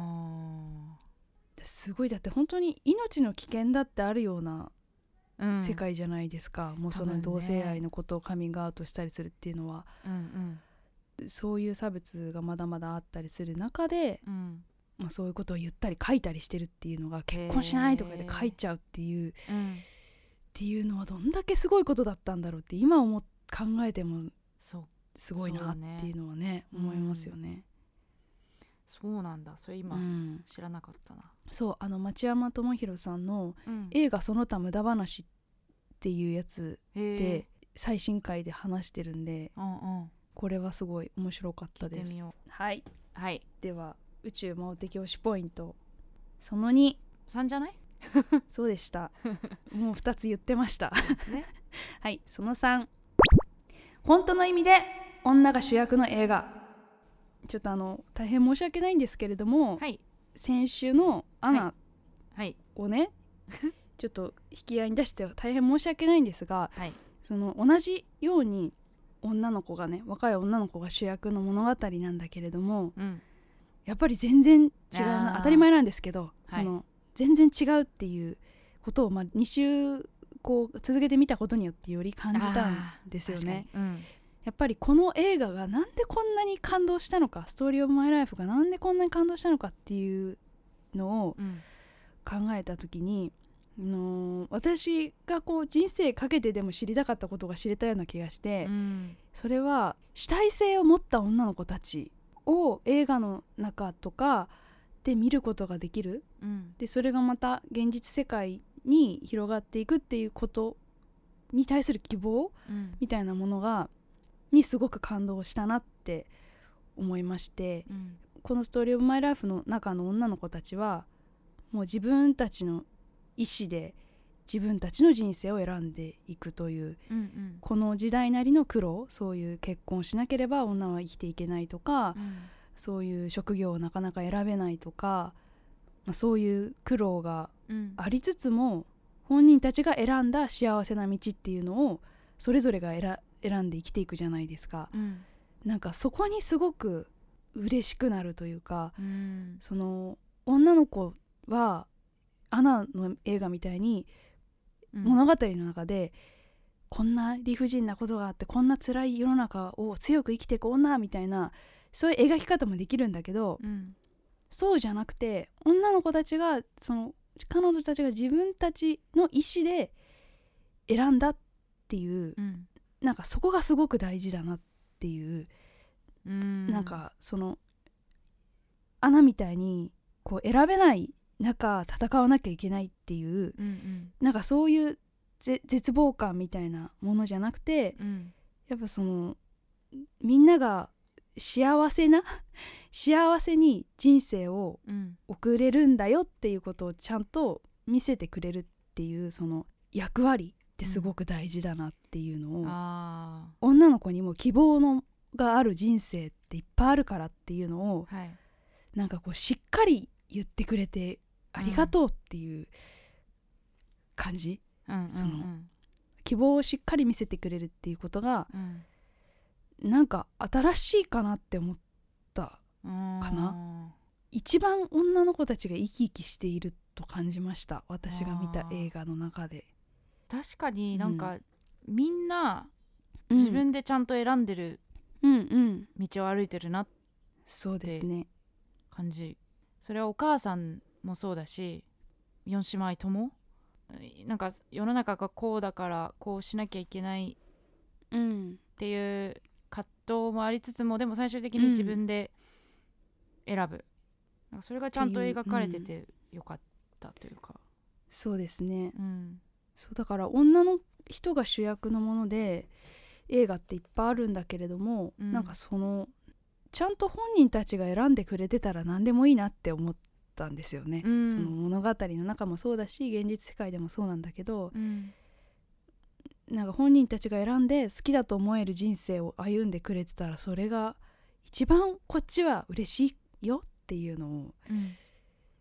すごい、だって本当に命の危険だってあるような世界じゃないですか、もうその同性愛のことをカミングアウトしたりするっていうのは、そういう差別がまだまだあったりする中で、まあ、そういうことを言ったり書いたりしてるっていうのが、結婚しないとかで書いちゃうっていう、っていうのはどんだけすごいことだったんだろうって今考えてもすごいなっていうのはね、思いますよね。 そうなんだ、それ今知らなかったな。 そう町山智博さんの映画その他無駄話っていうやつで最新回で話してるんで、これはすごい面白かったです。はい、はい、では宇宙魔王的推しポイントその2。 3じゃない？ そうでしたもう2つ言ってましたねはい、その3、本当の意味で女が主役の映画。ちょっと大変申し訳ないんですけれども、はい、先週のアナをね、ちょっと引き合いに出して大変申し訳ないんですが、はい、その同じように女の子がね、若い女の子が主役の物語なんだけれども、やっぱり全然違うな、当たり前なんですけど、その全然違うっていうことを、2週こう続けてみたことによってより感じたんですよね。やっぱりこの映画がなんでこんなに感動したのか、ストーリーオブマイライフがなんでこんなに感動したのかっていうのを考えた時に、私がこう人生かけてでも知りたかったことが知れたような気がして、それは主体性を持った女の子たちを映画の中とかで見ることができる、でそれがまた現実世界に広がっていくっていうことに対する希望、みたいなものにすごく感動したなって思いまして、このストーリーオブマイライフの中の女の子たちはもう自分たちの意思で自分たちの人生を選んでいくという、この時代なりの苦労、そういう結婚しなければ女は生きていけないとか、そういう職業をなかなか選べないとか、そういう苦労がありつつも、本人たちが選んだ幸せな道っていうのをそれぞれが選んで生きていくじゃないですか、なんかそこにすごく嬉しくなるというか、その女の子はアナの映画みたいに物語の中で、こんな理不尽なことがあって、こんな辛い世の中を強く生きていく女みたいな、そういう描き方もできるんだけど、そうじゃなくて、女の子たちが彼女たちが自分たちの意思で選んだっていう、なんかそこがすごく大事だなっていう、なんかそのアナみたいにこう選べない中戦わなきゃいけないっていう、なんかそういう絶望感みたいなものじゃなくて、やっぱそのみんなが幸せに人生を送れるんだよっていうことをちゃんと見せてくれるっていう、その役割ってすごく大事だなっていうのを、女の子にも希望がある人生っていっぱいあるからっていうのを、なんかこうしっかり言ってくれてありがとうっていう感じ、その希望をしっかり見せてくれるっていうことが、なんか新しいかなって思ったかな。一番女の子たちが生き生きしていると感じました、私が見た映画の中で。 確かになんか、みんな自分でちゃんと選んでる道を歩いてるなってそうですね感じ。それはお母さんもそうだし、4姉妹ともなんか世の中がこうだからこうしなきゃいけないっていう葛藤もありつつも、でも最終的に自分で選ぶ、なんかそれがちゃんと描かれててよかったというか。 そうですね、そうだから女の人が主役のもので映画っていっぱいあるんだけれども、なんかそのちゃんと本人たちが選んでくれてたら何でもいいなって思ったんですよね、その物語の中もそうだし現実世界でもそうなんだけど、なんか本人たちが選んで好きだと思える人生を歩んでくれてたら、それが一番こっちは嬉しいよっていうのを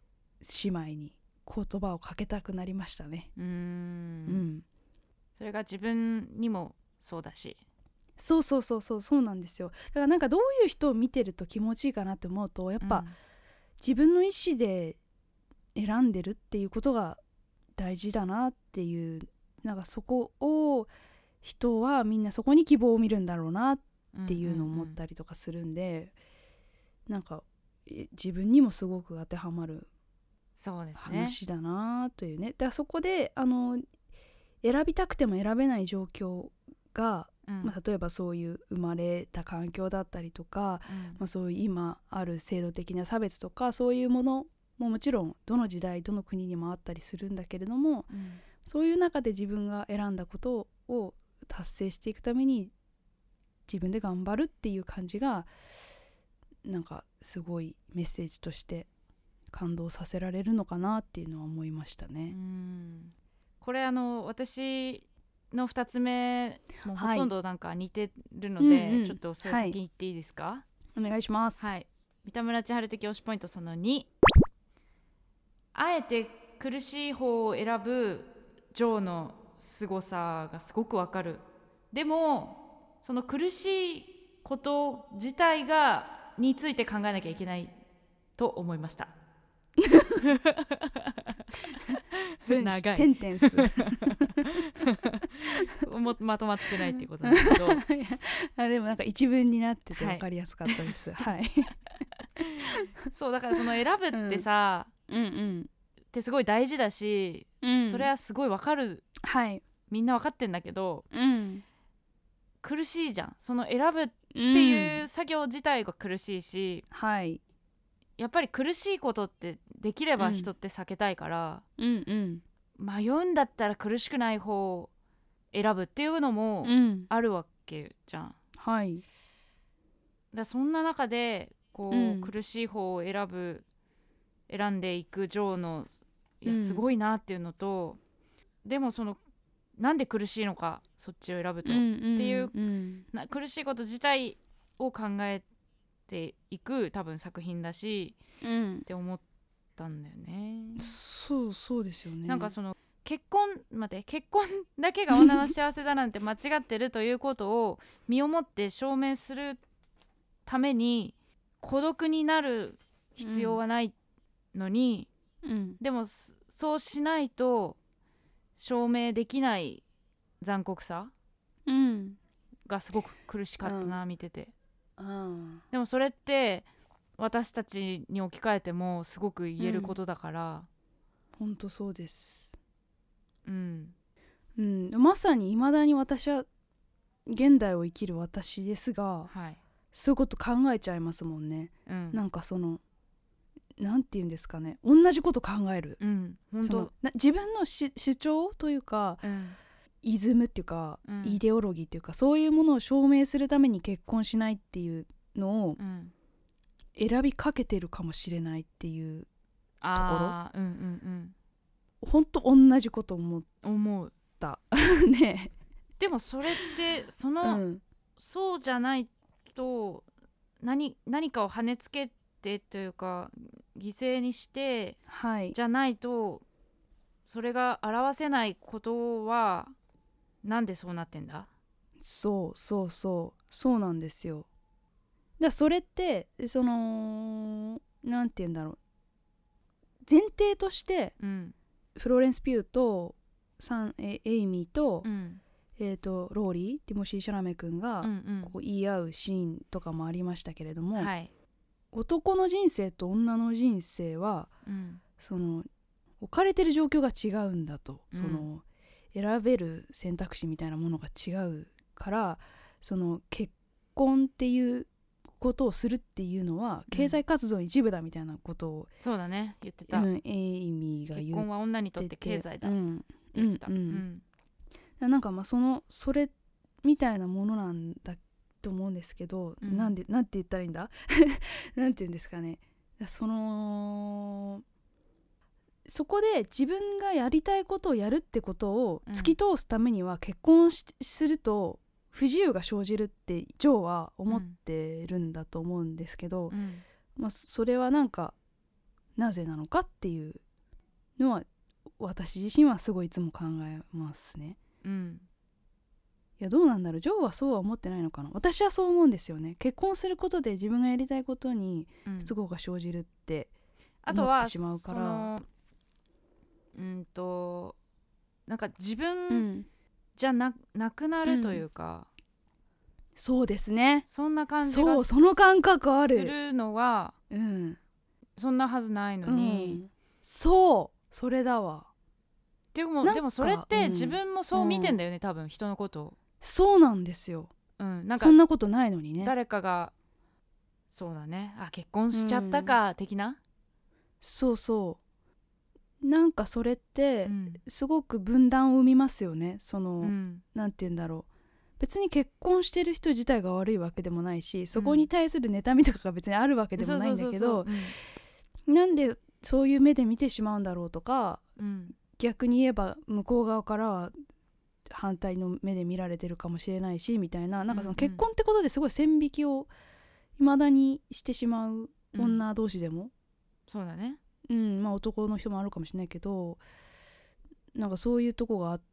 姉妹に言葉をかけたくなりましたね。 それが自分にもそうだし、 そうなんですよ。だからなんかどういう人を見てると気持ちいいかなって思うと、やっぱ、自分の意思で選んでるっていうことが大事だなっていう、なんかそこを人はみんなそこに希望を見るんだろうなっていうのを思ったりとかするんで、なんか自分にもすごく当てはまる話だなというね。だからそこで選びたくても選べない状況が、例えばそういう生まれた環境だったりとか、そういう今ある制度的な差別とか、そういうものももちろんどの時代どの国にもあったりするんだけれども、そういう中で自分が選んだことを達成していくために自分で頑張るっていう感じが、なんかすごいメッセージとして感動させられるのかなっていうのは思いましたね。 これ私の2つ目もほとんどなんか似てるので、ちょっとそれ先言っていいですか？ お願いします。 三田村千春的推しポイントその2、あえて苦しい方を選ぶジョーの凄さがすごくわかる。でもその苦しいこと自体について考えなきゃいけないと思いました。長いセンテンスまとまってないっていうことなんですけどでもなんか一文になってて分かりやすかったです。 そうだからその選ぶってさ、ってすごい大事だし、それはすごい分かる、みんな分かってんだけど、苦しいじゃん。その選ぶっていう作業自体が苦しいし、やっぱり苦しいことってできれば人って避けたいから、迷うんだったら苦しくない方を選ぶっていうのもあるわけじゃん。だそんな中でこう、苦しい方を選んでいくジョーのすごいなっていうのと、でもそのなんで苦しいのかそっちを選ぶと、っていう苦しいこと自体を考えていく多分作品だし、って思ったんだよね。 そうですよね。 なんかその結婚だけが女の幸せだなんて間違ってるということを身をもって証明するために孤独になる必要はないのに、でもそうしないと証明できない残酷さがすごく苦しかったな、見てて。でもそれって私たちに置き換えてもすごく言えることだから、 本当そうです。まさに未だに私は現代を生きる私ですが、そういうこと考えちゃいますもんね。なんかそのなんて言うんですかね、同じこと考える、自分の主張というか、イズムっていうか、イデオロギーっていうか、そういうものを証明するために結婚しないっていうのを選びかけてるかもしれないっていうところ、ほんと同じこと思ったね。 でもそれってそうじゃないと何かを跳ねつけてというか犠牲にして、じゃないとそれが表せないことはなんでそうなってんだ？そうなんですよ。だからそれってなんて言うんだろう、前提として、フローレンス・ピューとエイミーと、ローリーティモシー・シャラメ君がこう言い合うシーンとかもありましたけれども、男の人生と女の人生は、その置かれてる状況が違うんだと、その選べる選択肢みたいなものが違うから、その結婚っていうことをするっていうのは経済活動の一部だみたいなことを、 そうだね、言ってた、 エイミーが言ってて、 結婚は女にとって経済だって言ってた。 なんかそれみたいなものなんだと思うんですけど、なんて言ったらいいんだなんて言うんですかね、そこで自分がやりたいことをやるってことを突き通すためには、結婚すると不自由が生じるってジョーは思ってるんだと思うんですけど、それはなんかなぜなのかっていうのは私自身はすごいいつも考えますね。いやどうなんだろう、ジョーはそうは思ってないのかな。私はそう思うんですよね。結婚することで自分がやりたいことに不都合が生じるって思ってしまうから、 なんか自分じゃ なくなるというか、 そうですね、 そんな感じがその感覚あるするのは、そんなはずないのに、 それだわ。 でもそれって自分もそう見てんだよね、多分人のことを。 そうなんですよ、なんかそんなことないのにね。 誰かがそうだね、結婚しちゃったか、的な。 そうなんかそれってすごく分断を生みますよね。なんて言うんだろう、別に結婚してる人自体が悪いわけでもないし、そこに対する妬みとかが別にあるわけでもないんだけど、なんでそういう目で見てしまうんだろうとか、逆に言えば向こう側からは反対の目で見られてるかもしれないしみたいな、なんかその結婚ってことですごい線引きを未だにしてしまう女同士でも、 そうだね、 まあ男の人もあるかもしれないけど、なんかそういうとこがあって、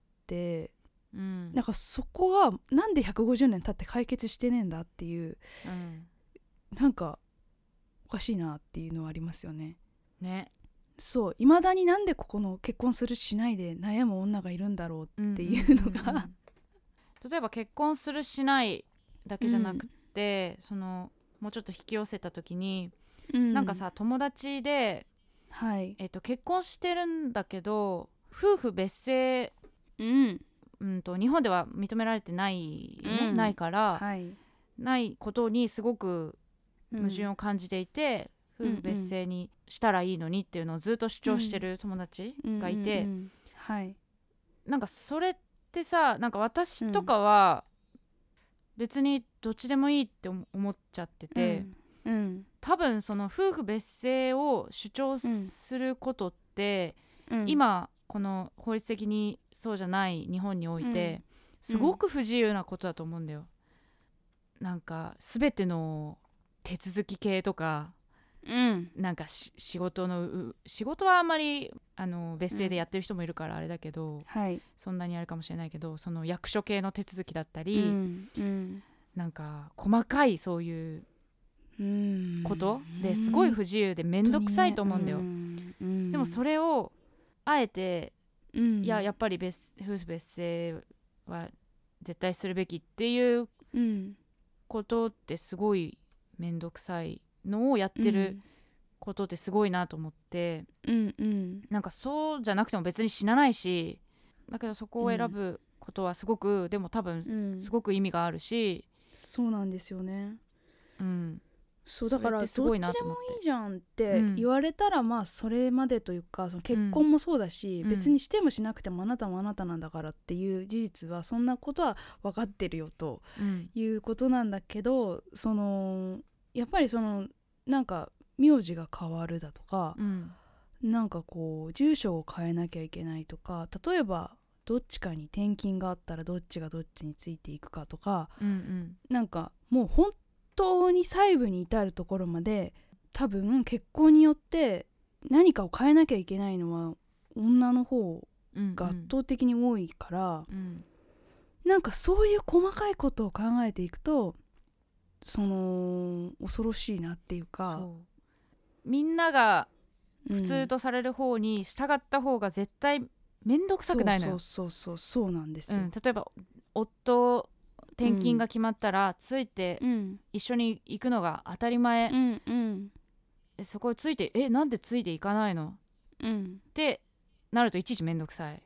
なんかそこがなんで150年経って解決してねえんだっていう、なんかおかしいなっていうのはありますよね。そう、いまだになんでここの結婚するしないで悩む女がいるんだろうっていうのが、 例えば結婚するしないだけじゃなくて、もうちょっと引き寄せた時に、なんかさ友達で、結婚してるんだけど夫婦別姓、日本では認められてないよね、ないから、ないことにすごく矛盾を感じていて、夫婦別姓にしたらいいのにっていうのをずっと主張してる友達がいて、なんかそれってさ、なんか私とかは別にどっちでもいいって思っちゃってて、多分その夫婦別姓を主張することって、今この法律的にそうじゃない日本においてすごく不自由なことだと思うんだよ。なんか全ての手続き系とか、なんか仕事はあんまり別姓でやってる人もいるからあれだけど、そんなにあるかもしれないけど、その役所系の手続きだったり、なんか細かいそういうことですごい不自由でめんどくさいと思うんだよ。でもそれをあえて、やっぱり夫婦別姓は絶対するべきっていうことってすごいめんどくさいのをやってることってすごいなと思って、なんかそうじゃなくても別に死なないし、だけどそこを選ぶことはすごく、でも多分すごく意味があるし、 そうなんですよね。そうだからどっちでもいいじゃんって言われたら、まあそれまでというか、その結婚もそうだし、別にしてもしなくてもあなたもあなたなんだからっていう事実は、そんなことは分かってるよということなんだけど、やっぱりなんか名字が変わるだとか、なんかこう住所を変えなきゃいけないとか、例えばどっちかに転勤があったらどっちがどっちについていくかとか、なんかもう本当に細部に至るところまで多分結婚によって何かを変えなきゃいけないのは女の方が圧倒的に多いから、なんかそういう細かいことを考えていくと恐ろしいなっていうか、 みんなが普通とされる方に従った方が絶対めんどくさくないのよ。 そうなんですよ。 例えば夫転勤が決まったらついて一緒に行くのが当たり前、そこについてなんでついていかないの、ってなるといちいちめんどくさい。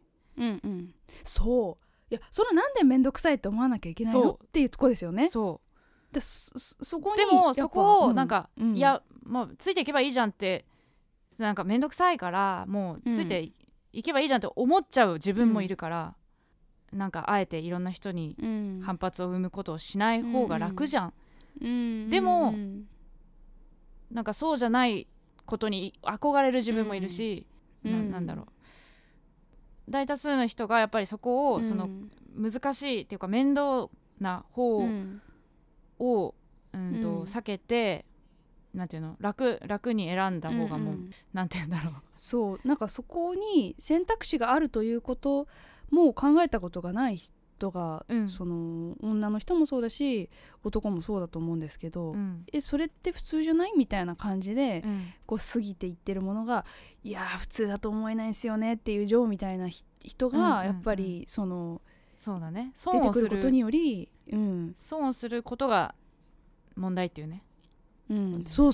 そういや、なんでめんどくさいって思わなきゃいけないのっていうとこですよね。そこにでもそこをなんか、いやもうついていけばいいじゃんって、なんかめんどくさいからもうついていけばいいじゃんって思っちゃう自分もいるから、なんかあえていろんな人に反発を生むことをしない方が楽じゃん、でもなんかそうじゃないことに憧れる自分もいるし、なんだろう、大多数の人がやっぱりそこをその難しいっていうか面倒な方を避けてなんていうの、楽に選んだ方がもう、なんていうんだろう、 そうなんかそこに選択肢があるということも考えたことがない人が、その女の人もそうだし男もそうだと思うんですけど、それって普通じゃないみたいな感じで、こう過ぎていってるものが、いや普通だと思えないんですよねっていうジョーみたいな人がやっぱりその、 そうだね、 出てくることにより、 損をすることが問題っていうね、 そう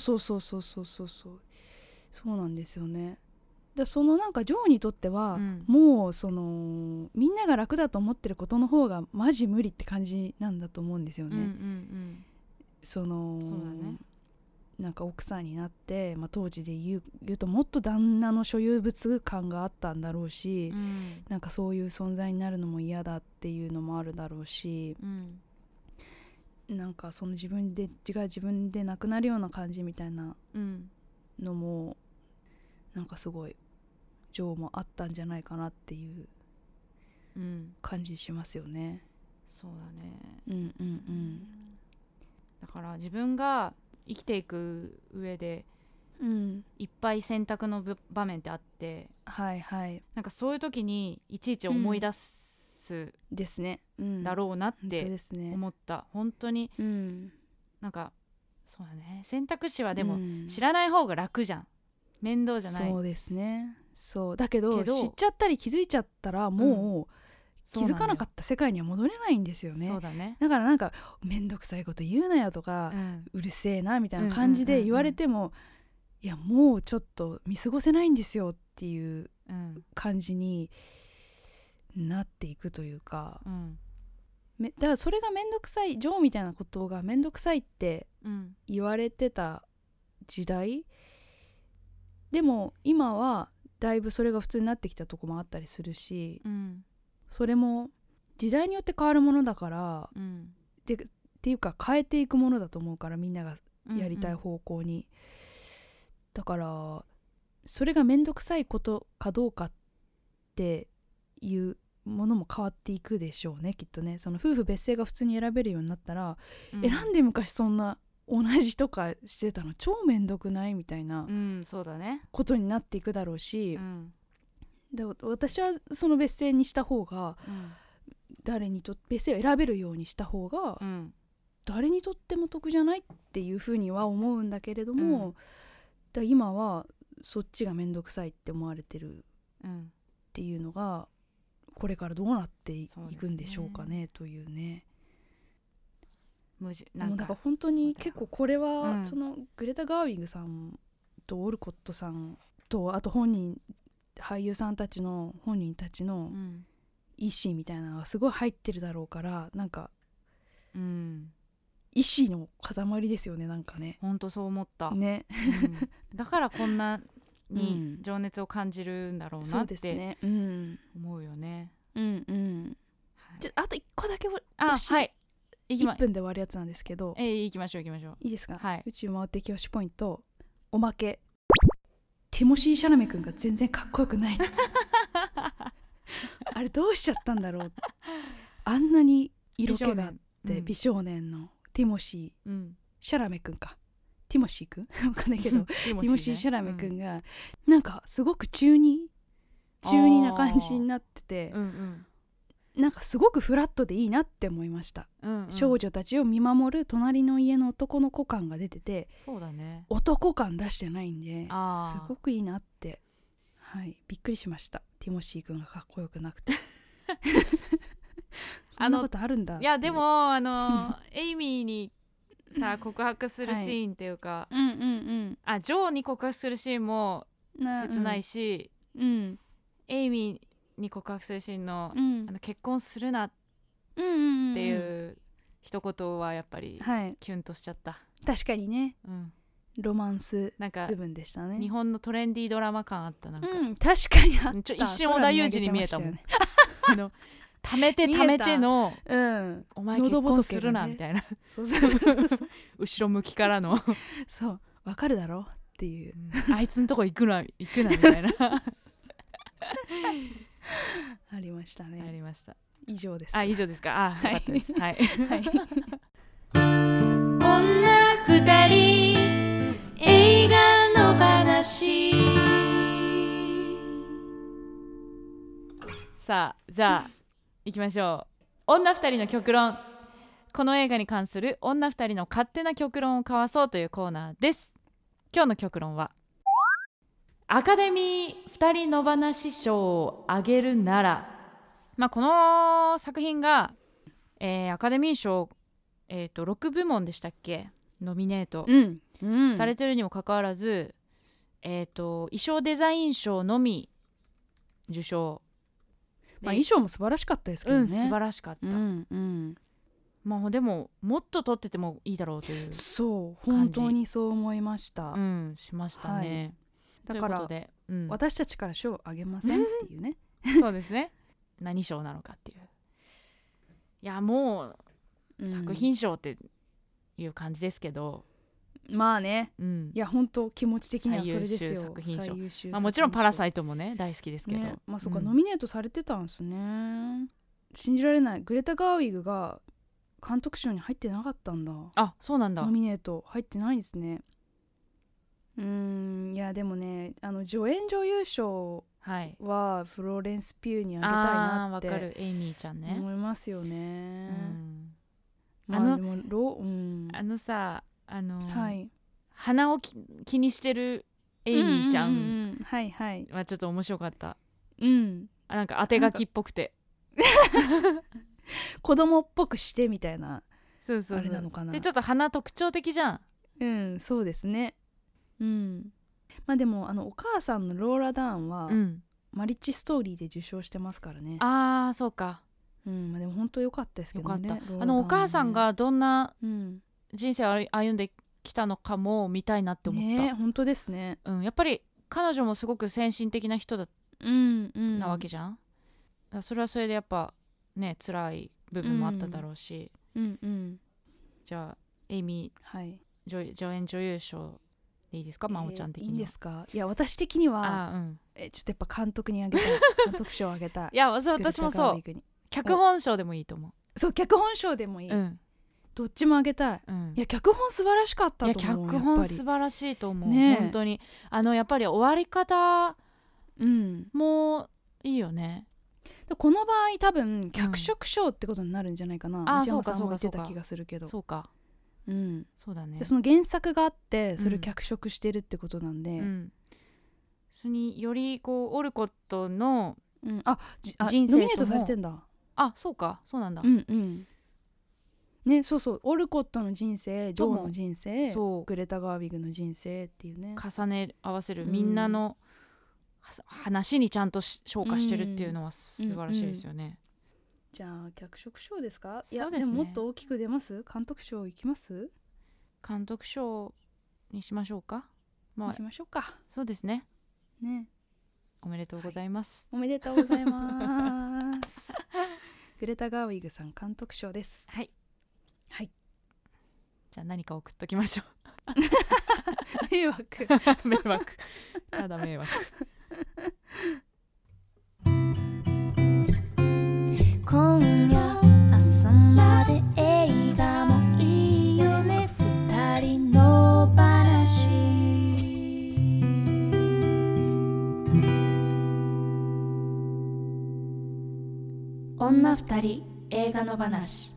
なんですよね。でそのなんかジョーにとっては、もうそのみんなが楽だと思ってることの方がマジ無理って感じなんだと思うんですよね。そうだね、なんか奥さんになって、当時で言うともっと旦那の所有物感があったんだろうし、なんかそういう存在になるのも嫌だっていうのもあるだろうし、なんかその自分でなくなるような感じみたいなのも、なんかすごいジョーもあったんじゃないかなっていう感じしますよね。 そうだね。だから自分が生きていく上で、いっぱい選択の場面ってあって、なんかそういう時にいちいち思い出すですね、 だろうなって思った。本当に、なんかそうだね、選択肢はでも知らない方が楽じゃん、面倒じゃない。 そうですね。そうだけど知っちゃったり気づいちゃったらもう、気づかなかった世界には戻れないんですよね。 そうだね。 だからなんかめんどくさいこと言うなよとか、うるせえなみたいな感じで言われても、いやもうちょっと見過ごせないんですよっていう感じになっていくというか、だからそれがめんどくさい、ジョーみたいなことがめんどくさいって言われてた時代、でも今はだいぶそれが普通になってきたとこもあったりするし、それも時代によって変わるものだから、っていうか変えていくものだと思うから、みんながやりたい方向に、だからそれがめんどくさいことかどうかっていうものも変わっていくでしょうね、きっとね。その夫婦別姓が普通に選べるようになったら、なんで昔そんな同じとかしてたの超めんどくないみたいなことになっていくだろうし、で私はその別姓にした方が、誰にとって別姓を選べるようにした方が、誰にとっても得じゃないっていうふうには思うんだけれども、だ今はそっちがめんどくさいって思われてるっていうのが、これからどうなっていくんでしょうかねというね。もうだから本当に結構これは、そのグレタ・ガーウィングさんとオルコットさんと、あと俳優さんたちの本人たちの意思みたいなのがすごい入ってるだろうから、なんか、意志の塊ですよね、なんかね。 ほんとそう思ったね、 だからこんなに情熱を感じるんだろうなって思うよね。あと1個だけ1分で終わるやつなんですけど、行きましょう。いいですか、宇宙回ってきよしポイント、おまけ、ティモシー・シャラメ君が全然かっこよくないあれどうしちゃったんだろう。あんなに色気があって美少年のティモシー、シャラメ君か、ティモシー君わかんないけどティモシー・シャラメ君がなんかすごく中二な感じになってて、なんかすごくフラットでいいなって思いました。少女たちを見守る隣の家の男の子感が出てて、 そうだね、 男感出してないんで、すごくいいなって、びっくりしました。ティモシー君がかっこよくなくてそんなことあるんだ。 いやでもエイミーにさ告白するシーンっていうか、ジョーに告白するシーンも切ないし、エイミーに告白するシーンの、結婚するなっていう一言はやっぱりキュンとしちゃった。 確かにね、ロマンス部分でしたね。 日本のトレンディードラマ感あった。なんか、 確かにあった。 一瞬織田裕二に見えたもん溜めての、お前結婚するなみたいな後ろ向きからのそうわかるだろっていう、 あいつんとこ行くなみたいなありましたね。 ありました。 以上です。 以上ですか。よかったです。 女二人話。 さあじゃあ行きましょう。女二人の極論。この映画に関する女二人の勝手な極論を交わそうというコーナーです。今日の極論は、アカデミー二人野放し賞をあげるなら、この作品が、アカデミー賞、6部門でしたっけ、ノミネート、されてるにもかかわらず、衣装デザイン賞のみ受賞。 衣装も素晴らしかったですけどね。 素晴らしかった。でももっと撮っててもいいだろうという。 そう本当にそう思いました。 しましたね。 だから、私たちから賞をあげませんっていうね。 そうですね。何賞なのかっていう。いやもう作品賞っていう感じですけど、 まあね、いや本当気持ち的にはそれですよ。 作品賞。もちろんパラサイトもね大好きですけど、 そうか、ノミネートされてたんですね。信じられない。グレタ・ガーウィグが監督賞に入ってなかったんだ。 あ、そうなんだ。 ノミネート入ってないですね。いやでもね、助演女優賞はフローレンス・ピューにあげたいなって、 わかる、エイミーちゃんね、 思いますよね。 さ、鼻を気にしてるエイミーちゃんはちょっと面白かった。なんか当て書きっぽくて子供っぽくしてみたいな。 そうあれなのかな。でちょっと鼻特徴的じゃん。そうですね。でもお母さんのローラ・ダーンは、マリッジストーリーで受賞してますからね。 あーそうか。 でも本当良かったですけどね。よかった。 お母さんがどんな人生を歩んできたのかも見たいなって思った。 ね、本当ですね。 やっぱり彼女もすごく先進的な人なわけじゃん。それはそれでやっぱね辛い部分もあっただろうし、じゃあエイミー、助演女優賞でいいですか、真央ちゃん的には。 いいですか。いや私的にはちょっとやっぱ監督にあげたい。監督賞あげたい。 いや私もそう。脚本賞でもいいと思う。 そう、脚本賞でもいい。どっちもあげたい。いや脚本素晴らしかったと思う。 脚本素晴らしいと思う。本当にやっぱり終わり方もいいよね。 この場合多分脚色賞ってことになるんじゃないかな。内山さんも言ってた気がするけど。 そうか。そうだね。 でその原作があってそれを脚色してるってことなんで、 それによりこうオルコットの人生ともノミネートされてんだ。 そうか、そうなんだ。 ね、そうオルコットの人生、ジョーの人生、グレタ・ガーウィグの人生っていうね、 重ね合わせるみんなの話にちゃんと消化してるっていうのは素晴らしいですよね。 じゃあ脚色賞ですか。いやでももっと大きく出ます。監督賞いきます。 監督賞にしましょうか。 行きましょうか。 そうですね。 おめでとうございます。 おめでとうございますグレタ・ガーウィグさん監督賞です。はい。 じゃあ何か送っときましょう迷惑ただ迷惑今夜朝まで映画もいいよね、二人の話。女二人映画の話。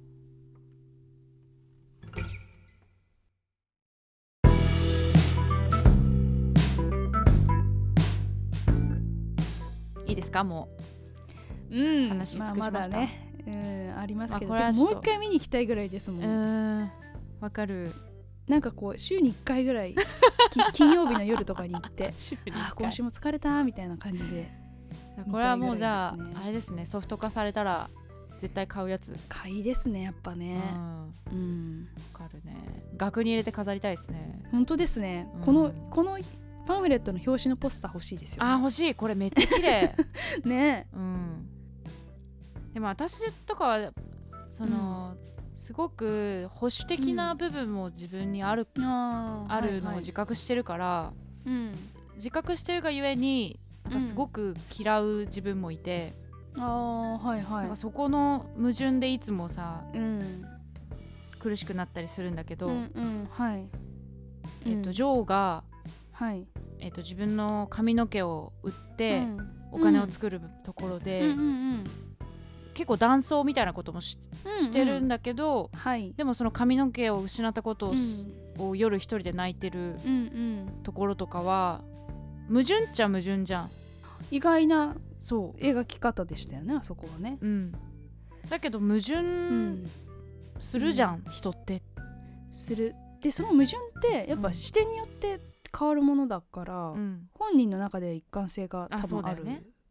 いいですか。もう話尽くしました。 まだね、ありますけど、もう一回見に行きたいぐらいですもん。 わかる。 なんかこう週に1回ぐらい金曜日の夜とかに行って今週も疲れたみたいな感じで。 これはもうじゃああれですね、ソフト化されたら絶対買うやつ。 買いですねやっぱね。わかるね。額に入れて飾りたいですね。 本当ですね。このパンフレットの表紙のポスター欲しいですよね。 欲しい。これめっちゃ綺麗ね。 でも私とかはすごく保守的な部分も自分にあるのを自覚してるから、自覚してるがゆえになんかすごく嫌う自分もいて、なんかそこの矛盾でいつもさ、苦しくなったりするんだけど、ジョーが自分の髪の毛を売ってお金を作るところで、結構男装みたいなこともしてるんだけど、でもその髪の毛を失ったことを夜一人で泣いてるところとかは矛盾っちゃ矛盾じゃん。 意外な描き方でしたよね、あそこはね。 だけど矛盾するじゃん、人ってする。でその矛盾ってやっぱ視点によって変わるものだから、本人の中で一貫性が多分ある。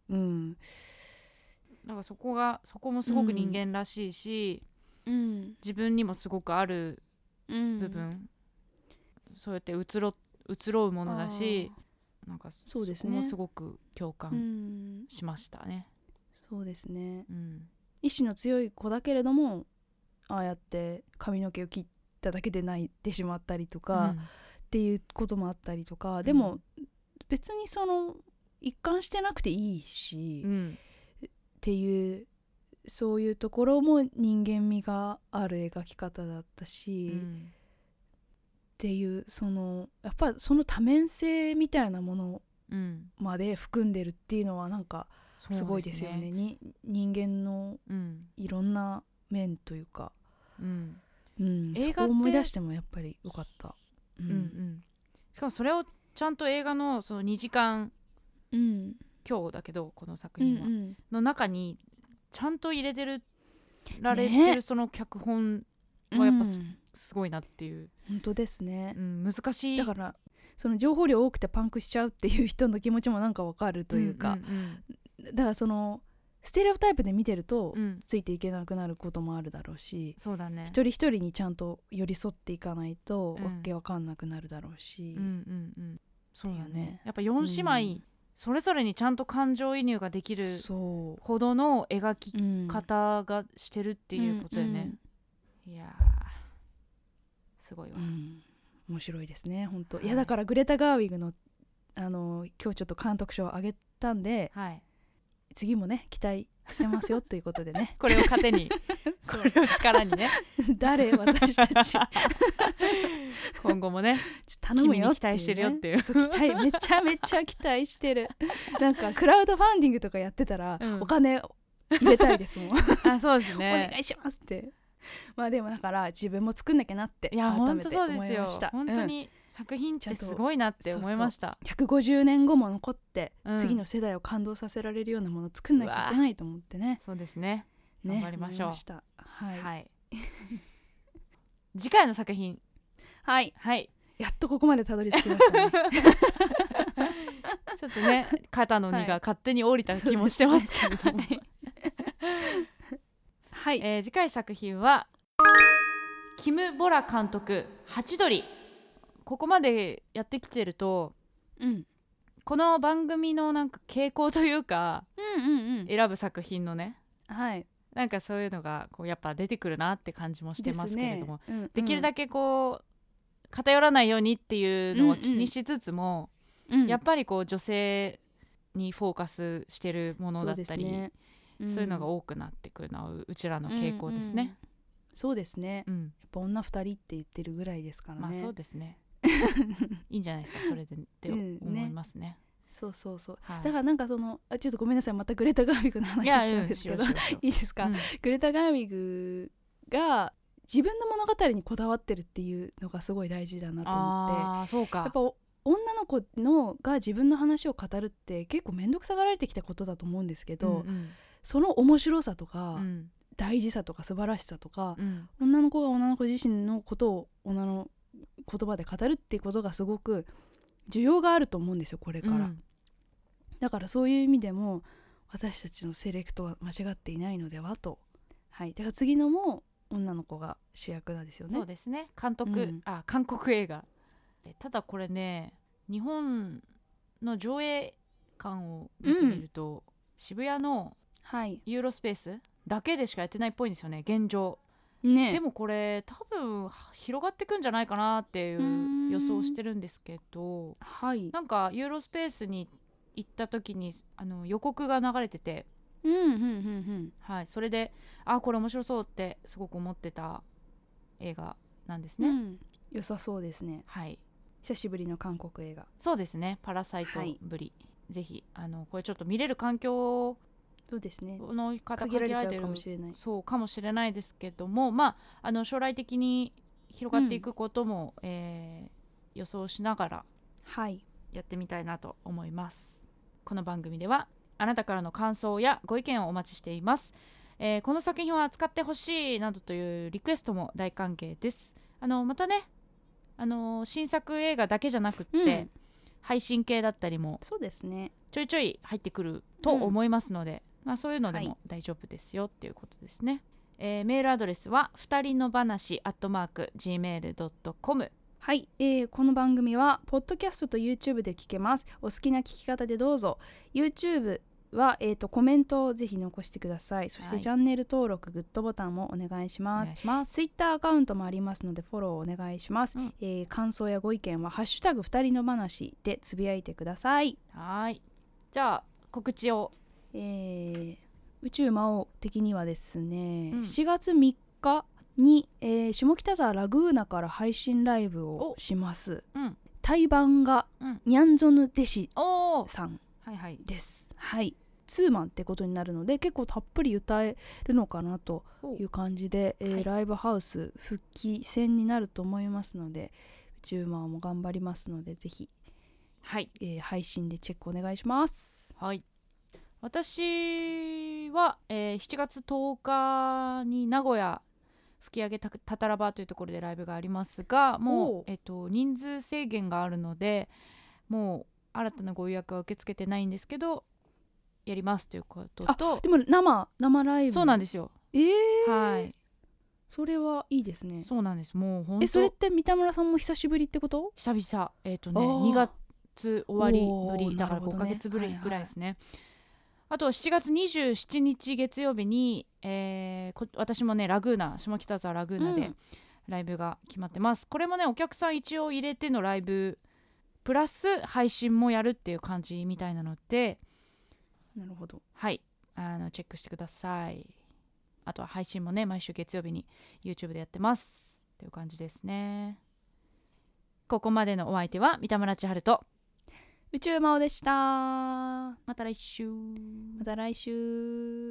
だからそこもすごく人間らしいし、自分にもすごくある部分、そうやって移ろうものだし、なんかそこもすごく共感しましたね。 そうですね、意志の強い子だけれどもああやって髪の毛を切っただけで泣いてしまったりとか、っていうこともあったりとか、でも別にその一貫してなくていいし、っていうそういうところも人間味がある描き方だったし、っていうやっぱその多面性みたいなものまで含んでるっていうのはなんかすごいですよね。人間のいろんな面というか、そこを思い出してもやっぱりよかった。しかもそれをちゃんと映画のその2時間今日だけどこの作品は、の中にちゃんと入れてられてるその脚本はやっぱすごいなっていう。 本当ですね、 難しい。 だからその情報量多くてパンクしちゃうっていう人の気持ちもなんかわかるというか、だからそのステレオタイプで見てるとついていけなくなることもあるだろうし、 そうだね、 一人一人にちゃんと寄り添っていかないとわけわかんなくなるだろうし、 そうだね。やっぱ4姉妹、それぞれにちゃんと感情移入ができるほどの描き方がしてるっていうことだよね。いやすごいわ、 面白いですね本当。いやだからグレタ・ガーウィグの今日ちょっと監督賞をあげたんで、次もね期待してますよということでねこれを糧にこれを力にね私たち今後もね頼むよ、 君に期待してるよっていう、 めちゃめちゃ期待してるなんかクラウドファンディングとかやってたら、お金入れたいですもんあ、そうですねお願いしますって。まあでもだから自分も作んなきゃなって改めて思いました。 本当に作品ってすごいなって思いました。 150年後も残って、次の世代を感動させられるようなものを作んなきゃいけないと思ってね。 そうですね、頑張りましょう。 はい、 次回の作品、 やっとここまでたどり着きましたねちょっとね肩の荷が勝手に降りた気もしてますけれども、次回作品はキム・ボラ監督ハチドリ。ここまでやってきてると、この番組のなんか傾向というか、選ぶ作品のね、なんかそういうのがこうやっぱ出てくるなって感じもしてますけれども、できるだけこう偏らないようにっていうのは気にしつつも、やっぱりこう女性にフォーカスしてるものだったり、そういうのが多くなってくるのはうちらの傾向ですね。 そうですね、やっぱ女2人って言ってるぐらいですからね。 まあそうですねいいんじゃないですかそれでって思いますね。 そう、だからなんかちょっとごめんなさい、またグレタ・ガーウィグの話しちゃうんですけど、いいですか、グレタ・ガーウィグが自分の物語にこだわってるっていうのがすごい大事だなと思って。 そうか、 やっぱ女の子が自分の話を語るって結構面倒くさがられてきたことだと思うんですけど、その面白さとか、大事さとか素晴らしさとか、女の子が女の子自身のことを女の言葉で語るっていうことがすごく需要があると思うんですよこれから、だからそういう意味でも私たちのセレクトは間違っていないのではと。だから次のも女の子が主役なんですよね。 そうですね、韓国映画。ただこれね、日本の上映館を見てみると、渋谷のユーロスペースだけでしかやってないっぽいんですよね現状ね。でもこれ多分広がってくんじゃないかなっていう予想してるんですけど、なんかユーロスペースに行った時に予告が流れてて、それでこれ面白そうってすごく思ってた映画なんですね。 良さそうですね。 久しぶりの韓国映画。 そうですね、パラサイトぶり、はい、ぜひこれちょっと見れる環境そうですね、 の方限られちゃうかもしれない。 そうかもしれないですけども、まあ、将来的に広がっていくことも、予想しながらやってみたいなと思います、はい、この番組ではあなたからの感想やご意見をお待ちしています。この作品を扱ってほしいなどというリクエストも大歓迎です。またね、新作映画だけじゃなくって、配信系だったりもそうですね、 ちょいちょい入ってくると思いますので、まあ、そういうのでも大丈夫ですよっていうことですね。メールアドレスは二人の話@gmail.com。 はい、この番組はポッドキャストと YouTube で聞けます。お好きな聞き方でどうぞ。 YouTubeは、コメントをぜひ残してください。そしてチャンネル登録、グッドボタンもお願いします。Twitter アカウントもありますのでフォローお願いします。感想やご意見はハッシュタグ二人の話でつぶやいてください。 はい、じゃあ告知を。 宇宙魔王的にはですね、7月3日に、下北沢ラグーナから配信ライブをします。対バンがニャンゾヌデシさんです。はい、ツーマンってことになるので結構たっぷり歌えるのかなという感じで、ライブハウス復帰戦になると思いますので、宇宙魔王も頑張りますのでぜひ、はい配信でチェックお願いします。 はい、私は、7月10日に名古屋吹上たたらばというところでライブがありますが、もう、人数制限があるのでもう新たなご予約は受け付けてないんですけどやりますということと、 でも生ライブ。 そうなんですよ。はい、 それはいいですね。 そうなんです。もう本当それって三田村さんも久しぶりってこと？ 久々、2月終わりぶりだから5ヶ月ぶりぐらいですね。あと7月27日月曜日に、私もねラグーナ、下北沢ラグーナでライブが決まってます。これもねお客さん一応入れてのライブプラス配信もやるっていう感じみたいなので、 なるほど、 はい、チェックしてください。あとは配信もね毎週月曜日に YouTube でやってますっていう感じですね。ここまでのお相手は三田村千春と宇宙魔王でした。 また来週。 また来週。